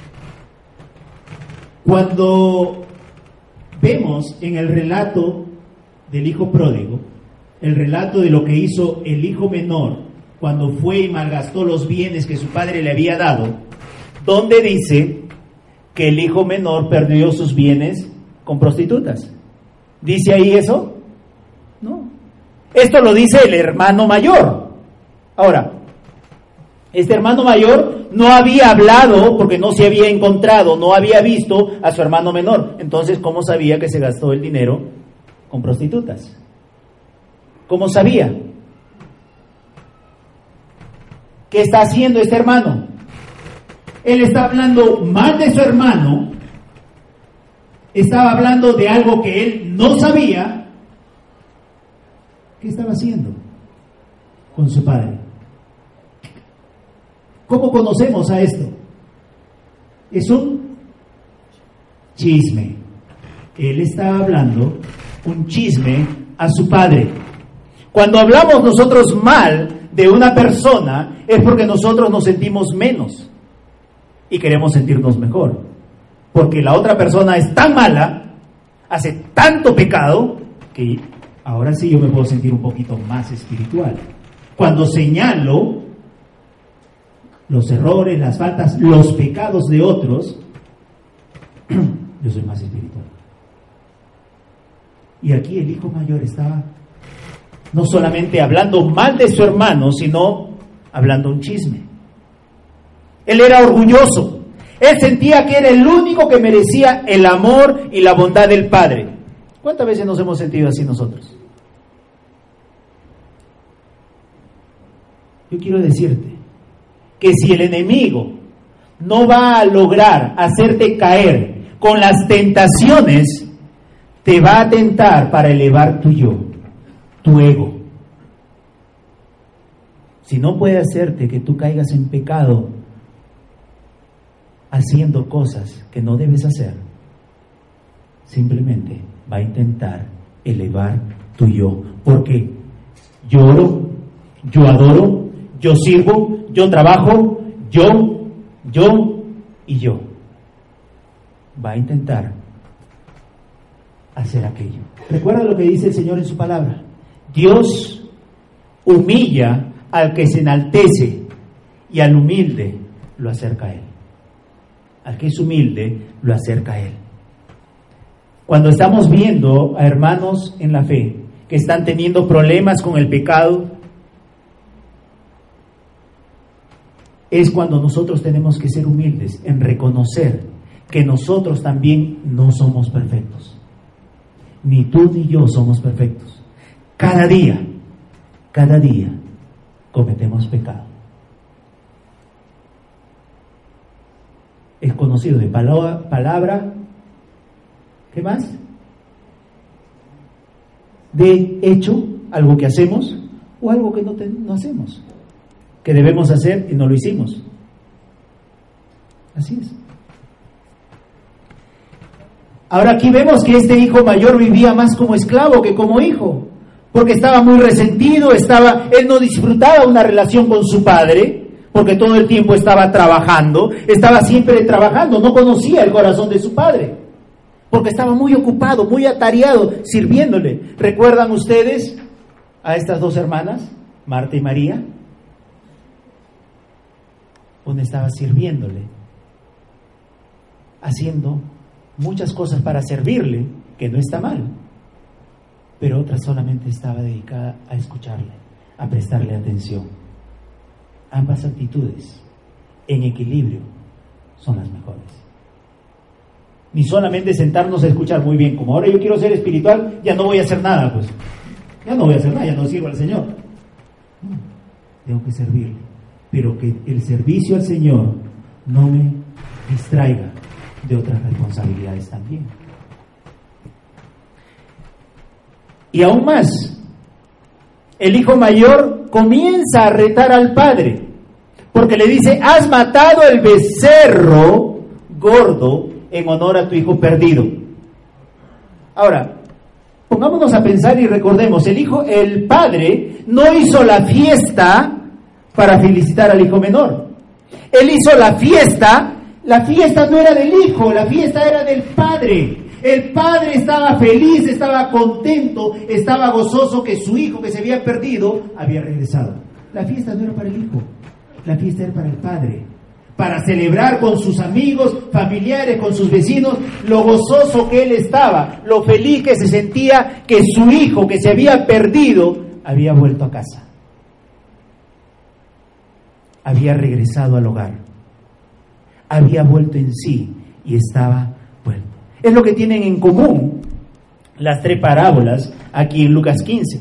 Speaker 1: Cuando vemos en el relato del hijo pródigo, el relato de lo que hizo el hijo menor cuando fue y malgastó los bienes que su padre le había dado, donde dice que el hijo menor perdió sus bienes con prostitutas. ¿Dice ahí eso? No. Esto lo dice el hermano mayor. Ahora, este hermano mayor no había hablado porque no se había encontrado, no había visto a su hermano menor. Entonces, ¿cómo sabía que se gastó el dinero con prostitutas? ¿Cómo sabía? ¿Qué está haciendo este hermano? Él está hablando mal de su hermano, estaba hablando de algo que él no sabía. ¿Qué estaba haciendo con su padre? ¿Cómo conocemos a esto? Es un chisme. Él estaba hablando un chisme a su padre. Cuando hablamos nosotros mal de una persona, es porque nosotros nos sentimos menos y queremos sentirnos mejor. Porque la otra persona es tan mala, hace tanto pecado, que ahora sí yo me puedo sentir un poquito más espiritual. Cuando señalo los errores, las faltas, los pecados de otros, yo soy más espiritual. Y aquí el hijo mayor estaba no solamente hablando mal de su hermano, sino hablando un chisme. Él era orgulloso. Él sentía que era el único que merecía el amor y la bondad del Padre. ¿Cuántas veces nos hemos sentido así nosotros? Yo quiero decirte que si el enemigo no va a lograr hacerte caer con las tentaciones, te va a tentar para elevar tu yo, tu ego. Si no puede hacerte que tú caigas en pecado haciendo cosas que no debes hacer, simplemente va a intentar elevar tu yo. Porque yo oro, yo adoro, yo sirvo, yo trabajo, yo, yo y yo. Va a intentar hacer aquello. Recuerda lo que dice el Señor en su palabra. Dios humilla al que se enaltece y al humilde lo acerca a Él. Al que es humilde lo acerca a Él. Cuando estamos viendo a hermanos en la fe que están teniendo problemas con el pecado, es cuando nosotros tenemos que ser humildes en reconocer que nosotros también no somos perfectos. Ni tú ni yo somos perfectos. Cada día, cada día cometemos pecado. Es conocido de palabra, palabra, ¿qué más? De hecho, algo que hacemos o algo que no, te, no hacemos, que debemos hacer y no lo hicimos. Así es. Ahora aquí vemos que este hijo mayor vivía más como esclavo que como hijo, porque estaba muy resentido, estaba, él no disfrutaba una relación con su padre, porque todo el tiempo estaba trabajando, estaba siempre trabajando, no conocía el corazón de su padre, porque estaba muy ocupado, muy atareado, sirviéndole. ¿Recuerdan ustedes a estas dos hermanas, Marta y María? Donde estaba sirviéndole, haciendo muchas cosas para servirle, que no está mal, pero otra solamente estaba dedicada a escucharle, a prestarle atención. Ambas actitudes, en equilibrio, son las mejores. Ni solamente sentarnos a escuchar muy bien, como ahora yo quiero ser espiritual, ya no voy a hacer nada, pues. Ya no voy a hacer nada, ya no sirvo al Señor. No, tengo que servirle, pero que el servicio al Señor no me distraiga de otras responsabilidades también. Y aún más, el hijo mayor comienza a retar al padre, porque le dice: has matado el becerro gordo en honor a tu hijo perdido. Ahora, pongámonos a pensar y recordemos, el hijo, el padre no hizo la fiesta para felicitar al hijo menor. Él hizo la fiesta, la fiesta no era del hijo, la fiesta era del padre. El padre estaba feliz, estaba contento, estaba gozoso que su hijo que se había perdido había regresado. La fiesta no era para el hijo, la fiesta era para el padre, para celebrar con sus amigos, familiares, con sus vecinos, lo gozoso que él estaba, lo feliz que se sentía que su hijo que se había perdido había vuelto a casa, había regresado al hogar, había vuelto en sí y estaba vuelto. Es lo que tienen en común las tres parábolas aquí en Lucas quince.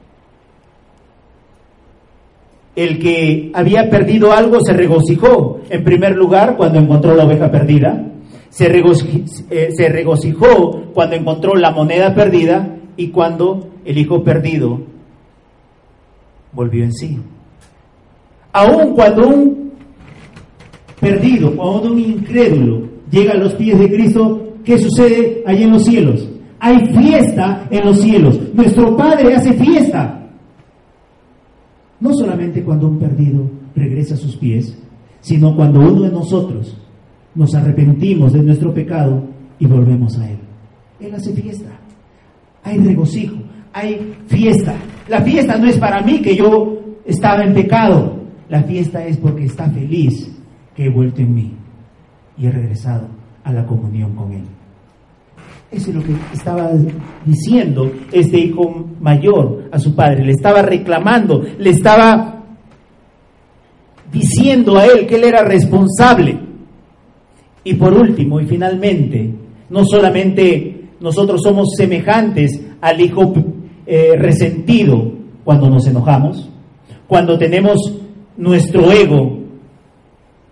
Speaker 1: El que había perdido algo se regocijó, en primer lugar, cuando encontró la oveja perdida. Se regocijó, eh, se regocijó cuando encontró la moneda perdida y cuando el hijo perdido volvió en sí. Aun cuando un perdido, cuando un incrédulo llega a los pies de Cristo, ¿qué sucede allí en los cielos? Hay fiesta en los cielos. Nuestro Padre hace fiesta. No solamente cuando un perdido regresa a sus pies, sino cuando uno de nosotros nos arrepentimos de nuestro pecado y volvemos a Él. Él hace fiesta. Hay regocijo, hay fiesta. La fiesta no es para mí que yo estaba en pecado. La fiesta es porque está feliz que he vuelto en mí y he regresado a la comunión con Él. Eso es lo que estaba diciendo este hijo mayor a su padre. Le estaba reclamando, le estaba diciendo a él que él era responsable. Y por último y finalmente, no solamente nosotros somos semejantes al hijo eh, resentido cuando nos enojamos, cuando tenemos nuestro ego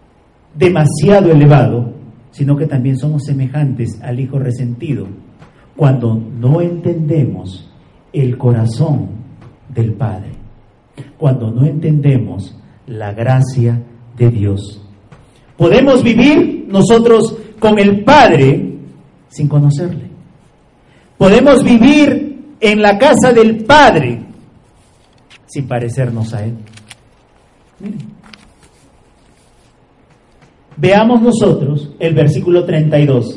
Speaker 1: demasiado elevado, sino que también somos semejantes al hijo resentido cuando no entendemos el corazón del Padre, cuando no entendemos la gracia de Dios. Podemos vivir nosotros con el Padre sin conocerle. Podemos vivir en la casa del Padre sin parecernos a Él. Miren. Veamos nosotros el versículo treinta y dos.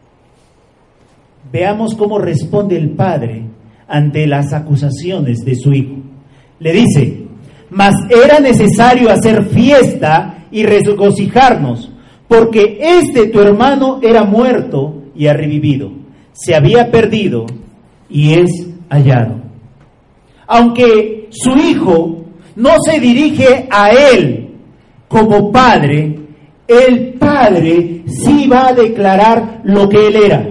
Speaker 1: Veamos cómo responde el Padre ante las acusaciones de su Hijo. Le dice: mas era necesario hacer fiesta y regocijarnos, porque este tu hermano era muerto y ha revivido, se había perdido y es hallado. Aunque su hijo no se dirige a él como padre, el Padre sí va a declarar lo que él era.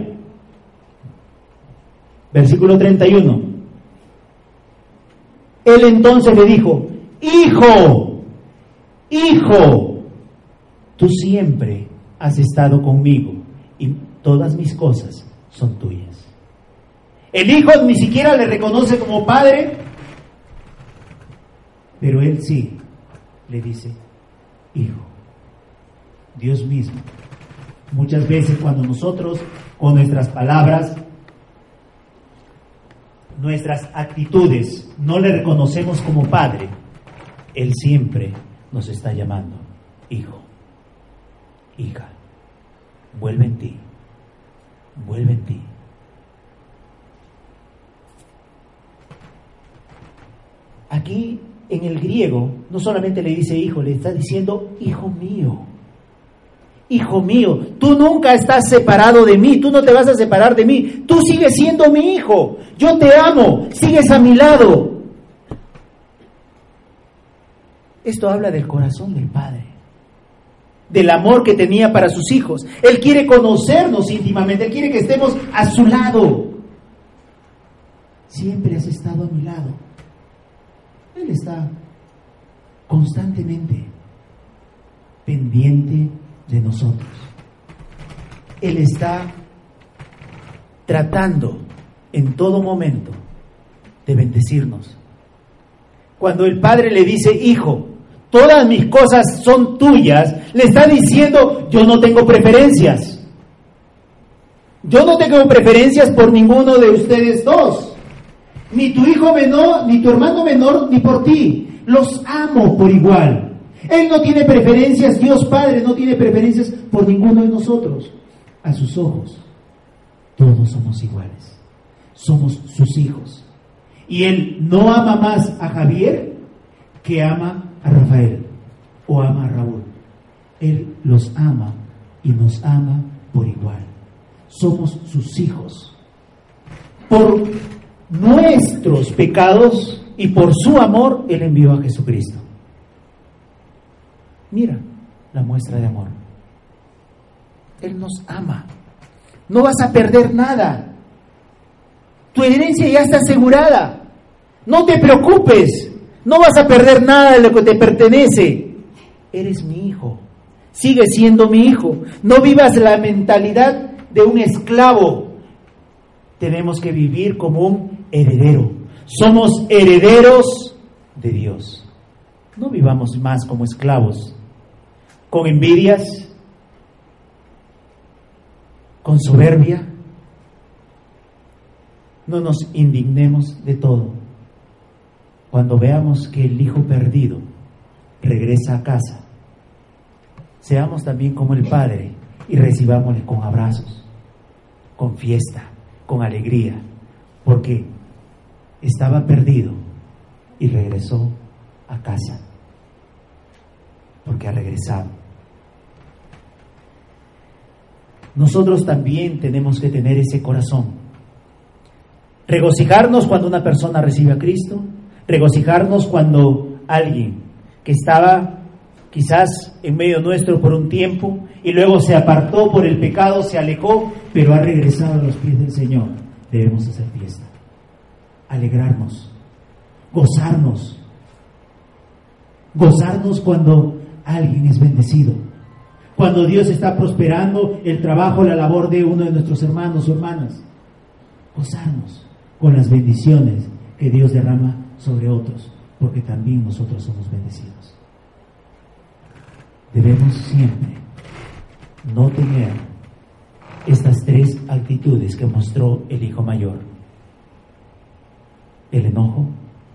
Speaker 1: Versículo treinta y uno. Él entonces le dijo: Hijo, hijo, tú siempre has estado conmigo y todas mis cosas son tuyas. El hijo ni siquiera le reconoce como padre, pero él sí le dice: hijo. Dios mismo. Muchas veces cuando nosotros con nuestras palabras, nuestras actitudes, no le reconocemos como padre, Él siempre nos está llamando: hijo, hija, vuelve en ti, vuelve en ti. Aquí en el griego no solamente le dice hijo, le está diciendo: hijo mío, hijo mío, tú nunca estás separado de mí, tú no te vas a separar de mí, tú sigues siendo mi hijo, yo te amo, sigues a mi lado. Esto habla del corazón del Padre, del amor que tenía para sus hijos. Él quiere conocernos íntimamente, Él quiere que estemos a su lado. Siempre has estado a mi lado. Él está constantemente pendiente de nosotros. Él está tratando en todo momento de bendecirnos. Cuando el Padre le dice: hijo, todas mis cosas son tuyas, le está diciendo: yo no tengo preferencias. Yo no tengo preferencias por ninguno de ustedes dos. Ni tu hijo menor, ni tu hermano menor, ni por ti. Los amo por igual. Él no tiene preferencias, Dios Padre no tiene preferencias por ninguno de nosotros. A sus ojos, todos somos iguales. Somos sus hijos. Y Él no ama más a Javier que ama a Rafael o ama a Raúl. Él los ama y nos ama por igual. Somos sus hijos. Por nuestros pecados y por su amor, Él envió a Jesucristo. Mira la muestra de amor. Él nos ama. No vas a perder nada. Tu herencia ya está asegurada. No te preocupes. No vas a perder nada de lo que te pertenece. Eres mi hijo. Sigue siendo mi hijo. No vivas la mentalidad de un esclavo. Tenemos que vivir como un heredero. Somos herederos de Dios. No vivamos más como esclavos, con envidias, con soberbia. No nos indignemos de todo. Cuando veamos que el hijo perdido regresa a casa, seamos también como el Padre y recibámosle con abrazos, con fiesta, con alegría, porque estaba perdido y regresó a casa, porque ha regresado. Nosotros también tenemos que tener ese corazón, regocijarnos cuando una persona recibe a Cristo, regocijarnos cuando alguien que estaba quizás en medio nuestro por un tiempo y luego se apartó por el pecado, se alejó, pero ha regresado a los pies del Señor. Debemos hacer fiesta, alegrarnos, gozarnos, gozarnos cuando alguien es bendecido, cuando Dios está prosperando el trabajo, la labor de uno de nuestros hermanos o hermanas. gozarnos con las bendiciones que Dios derrama sobre otros, porque también nosotros somos bendecidos. Debemos siempre no tener estas tres actitudes que mostró el hijo mayor: el enojo,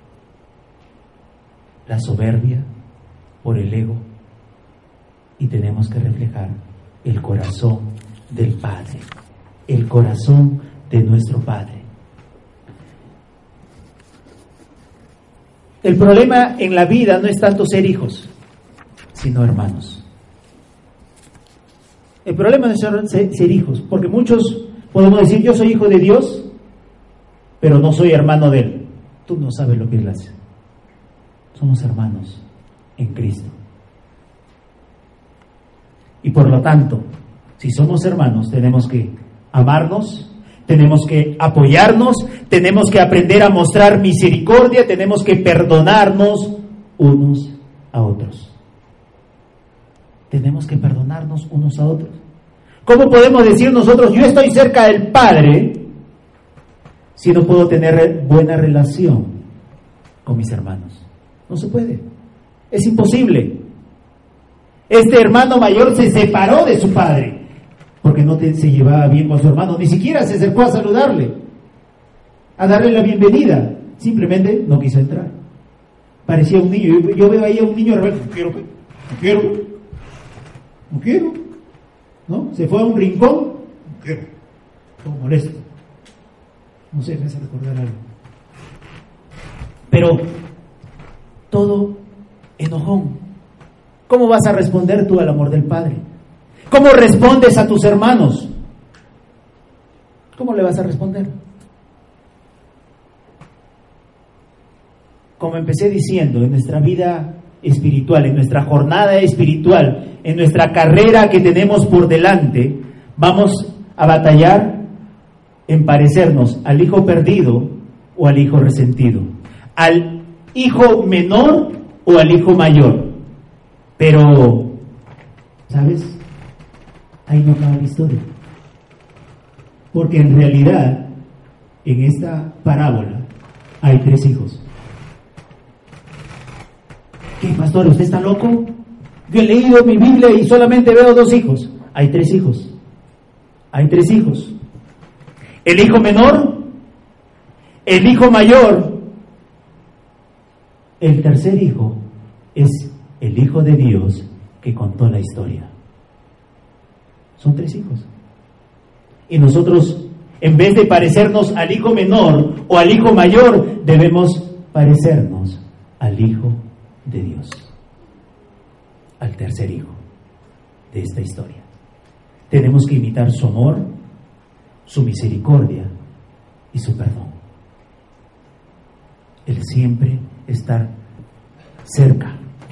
Speaker 1: la soberbia por el ego, y tenemos que reflejar el corazón del Padre, el corazón de nuestro Padre. El problema en la vida no es tanto ser hijos, sino hermanos. El problema no es ser, ser hijos, porque muchos podemos decir: yo soy hijo de Dios, pero no soy hermano de Él. Tú no sabes lo que Él hace. Somos hermanos en Cristo. Y por lo tanto, si somos hermanos, tenemos que amarnos, tenemos que apoyarnos, tenemos que aprender a mostrar misericordia, tenemos que perdonarnos unos a otros. Tenemos que perdonarnos unos a otros. ¿Cómo podemos decir nosotros: yo estoy cerca del Padre, si no puedo tener buena relación con mis hermanos? No se puede, es imposible. Este hermano mayor se separó de su padre porque no te, se llevaba bien con su hermano, ni siquiera se acercó a saludarle, a darle la bienvenida, simplemente no quiso entrar. Parecía un niño. Yo, yo veo ahí a un niño rebelde: no quiero, no quiero, no quiero, ¿no? Se fue a un rincón, no quiero, todo molesto. No sé, me hace recordar algo. Pero todo enojón. ¿Cómo vas a responder tú al amor del Padre? ¿Cómo respondes a tus hermanos? ¿Cómo le vas a responder? Como empecé diciendo, en nuestra vida espiritual, en nuestra jornada espiritual, en nuestra carrera que tenemos por delante, vamos a batallar en parecernos al hijo perdido o al hijo resentido, al hijo menor o al hijo mayor. Pero, ¿sabes? Ahí no acaba la historia. Porque en realidad, en esta parábola, hay tres hijos. ¿Qué, pastor? ¿Usted está loco? Yo he leído mi Biblia y solamente veo dos hijos. Hay tres hijos. Hay tres hijos. El hijo menor, el hijo mayor, el tercer hijo es el Hijo de Dios que contó la historia. Son tres hijos. Y nosotros, en vez de parecernos al hijo menor o al hijo mayor, debemos parecernos al Hijo de Dios, al tercer hijo de esta historia. Tenemos que imitar su amor, su misericordia y su perdón. El siempre estar cerca,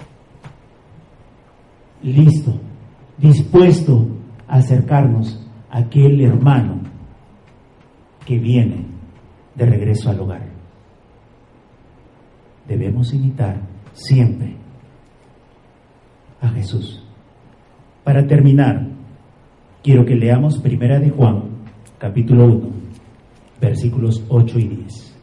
Speaker 1: listo, dispuesto a acercarnos a aquel hermano que viene de regreso al hogar. Debemos imitar siempre a Jesús. Para terminar, quiero que leamos Primera de Juan, capítulo uno, versículos ocho y diez.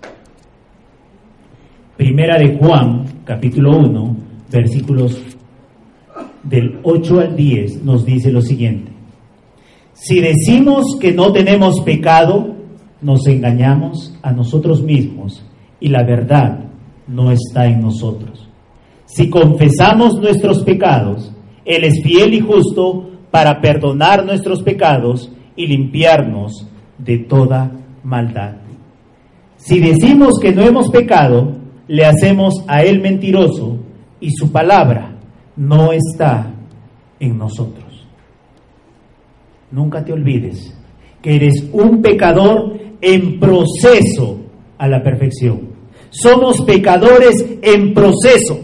Speaker 1: Primera de Juan, capítulo uno, versículos del ocho al diez, nos dice lo siguiente: si decimos que no tenemos pecado, nos engañamos a nosotros mismos y la verdad no está en nosotros. Si confesamos nuestros pecados, Él es fiel y justo para perdonar nuestros pecados y limpiarnos de toda maldad. Si decimos que no hemos pecado, le hacemos a Él mentiroso y su palabra no está en nosotros. Nunca te olvides que eres un pecador en proceso a la perfección. Somos pecadores en proceso.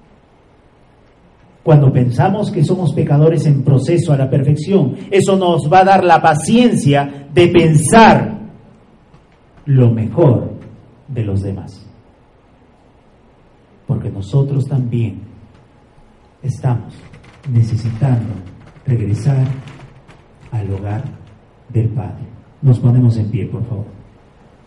Speaker 1: Cuando pensamos que somos pecadores en proceso a la perfección, eso nos va a dar la paciencia de pensar lo mejor de los demás. Porque nosotros también estamos necesitando regresar al hogar del Padre. Nos ponemos en pie, por favor.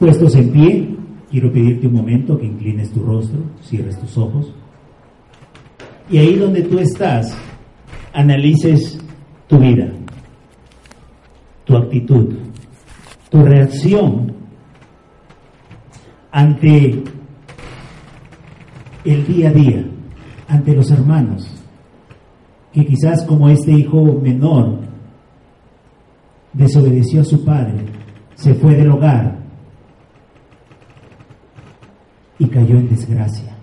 Speaker 1: Puestos en pie, quiero pedirte un momento que inclines tu rostro, cierres tus ojos. Y ahí donde tú estás, analices tu vida, tu actitud, tu reacción ante el día a día, ante los hermanos, que quizás como este hijo menor desobedeció a su padre, se fue del hogar y cayó en desgracia.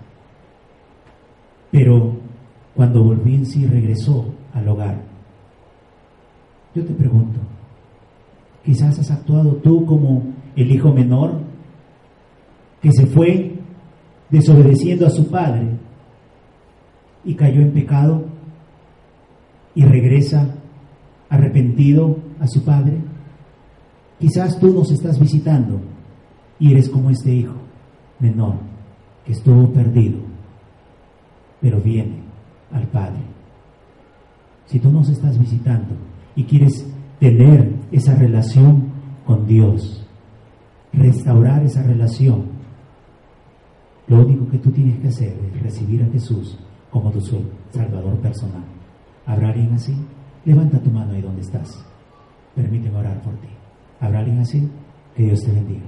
Speaker 1: Pero cuando volvió en sí, regresó al hogar. Yo te pregunto, quizás has actuado tú como el hijo menor que se fue desobedeciendo a su padre y cayó en pecado y regresa arrepentido a su padre. Quizás tú nos estás visitando y eres como este hijo menor que estuvo perdido, pero viene al Padre. Si tú nos estás visitando y quieres tener esa relación con Dios, restaurar esa relación, lo único que tú tienes que hacer es recibir a Jesús como tu Salvador personal. ¿Habrá alguien así? Levanta tu mano ahí donde estás. Permíteme orar por ti. ¿Habrá alguien así? Que Dios te bendiga.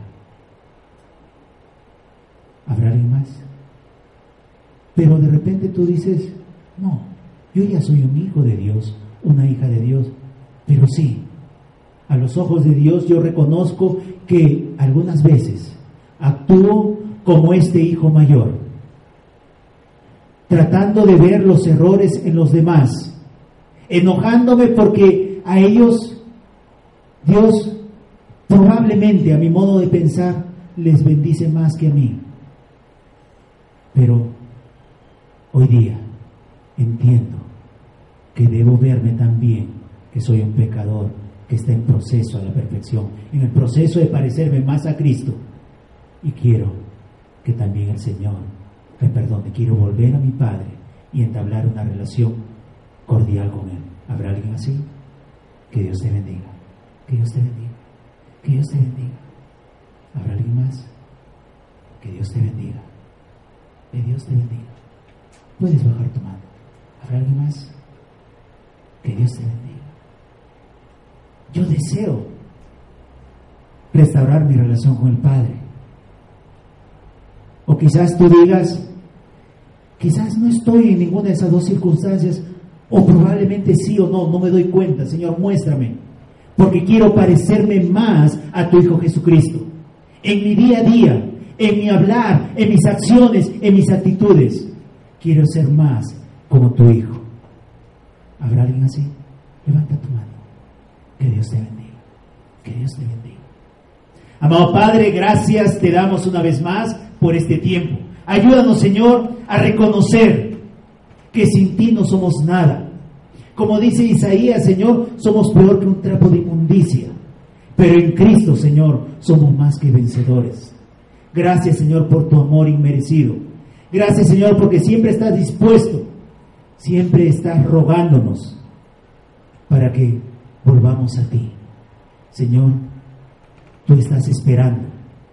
Speaker 1: ¿Habrá alguien más? Pero de repente tú dices, no, yo ya soy un hijo de Dios, una hija de Dios. Pero sí, a los ojos de Dios yo reconozco que algunas veces actúo como este hijo mayor, tratando de ver los errores en los demás, enojándome porque a ellos Dios probablemente, a mi modo de pensar, les bendice más que a mí. Pero hoy día entiendo que debo verme también que soy un pecador que está en proceso a la perfección, en el proceso de parecerme más a Cristo, y quiero que también el Señor me perdone. Quiero volver a mi Padre y entablar una relación cordial con Él. ¿Habrá alguien así? Que Dios te bendiga, que Dios te bendiga, que Dios te bendiga. ¿Habrá alguien más? Que Dios te bendiga, que Dios te bendiga. Puedes bajar tu mano. ¿Habrá alguien más? Que Dios te bendiga. Yo deseo restaurar mi relación con el Padre. O quizás tú digas, quizás no estoy en ninguna de esas dos circunstancias, o probablemente sí o no, no me doy cuenta. Señor, muéstrame, porque quiero parecerme más a tu Hijo Jesucristo. En mi día a día, en mi hablar, en mis acciones, en mis actitudes, quiero ser más como tu Hijo. ¿Habrá alguien así? Levanta tu mano. Que Dios te bendiga, que Dios te bendiga. Amado Padre, gracias te damos una vez más por este tiempo. Ayúdanos, Señor, a reconocer que sin ti no somos nada. Como dice Isaías, Señor, somos peor que un trapo de inmundicia. Pero en Cristo, Señor, somos más que vencedores. Gracias, Señor, por tu amor inmerecido. Gracias, Señor, porque siempre estás dispuesto, siempre estás rogándonos para que volvamos a ti. Señor, tú estás esperando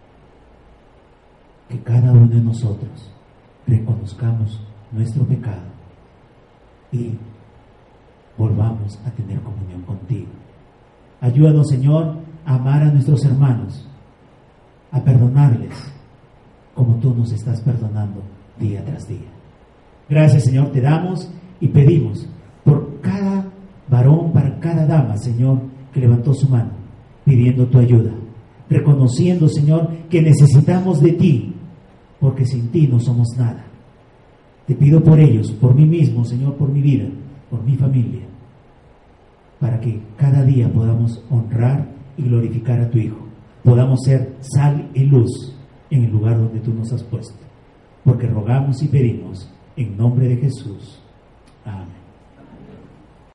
Speaker 1: que cada uno de nosotros reconozcamos nuestro pecado y volvamos a tener comunión contigo. Ayúdanos, Señor, a amar a nuestros hermanos, a perdonarles como tú nos estás perdonando día tras día. Gracias, Señor, te damos y pedimos por cada varón, para cada dama, Señor, que levantó su mano pidiendo tu ayuda, reconociendo, Señor, que necesitamos de ti, porque sin ti no somos nada. Te pido por ellos, por mí mismo, Señor, por mi vida, por mi familia, para que cada día podamos honrar y glorificar a tu Hijo, podamos ser sal y luz en el lugar donde tú nos has puesto, porque rogamos y pedimos en nombre de Jesús. Amén.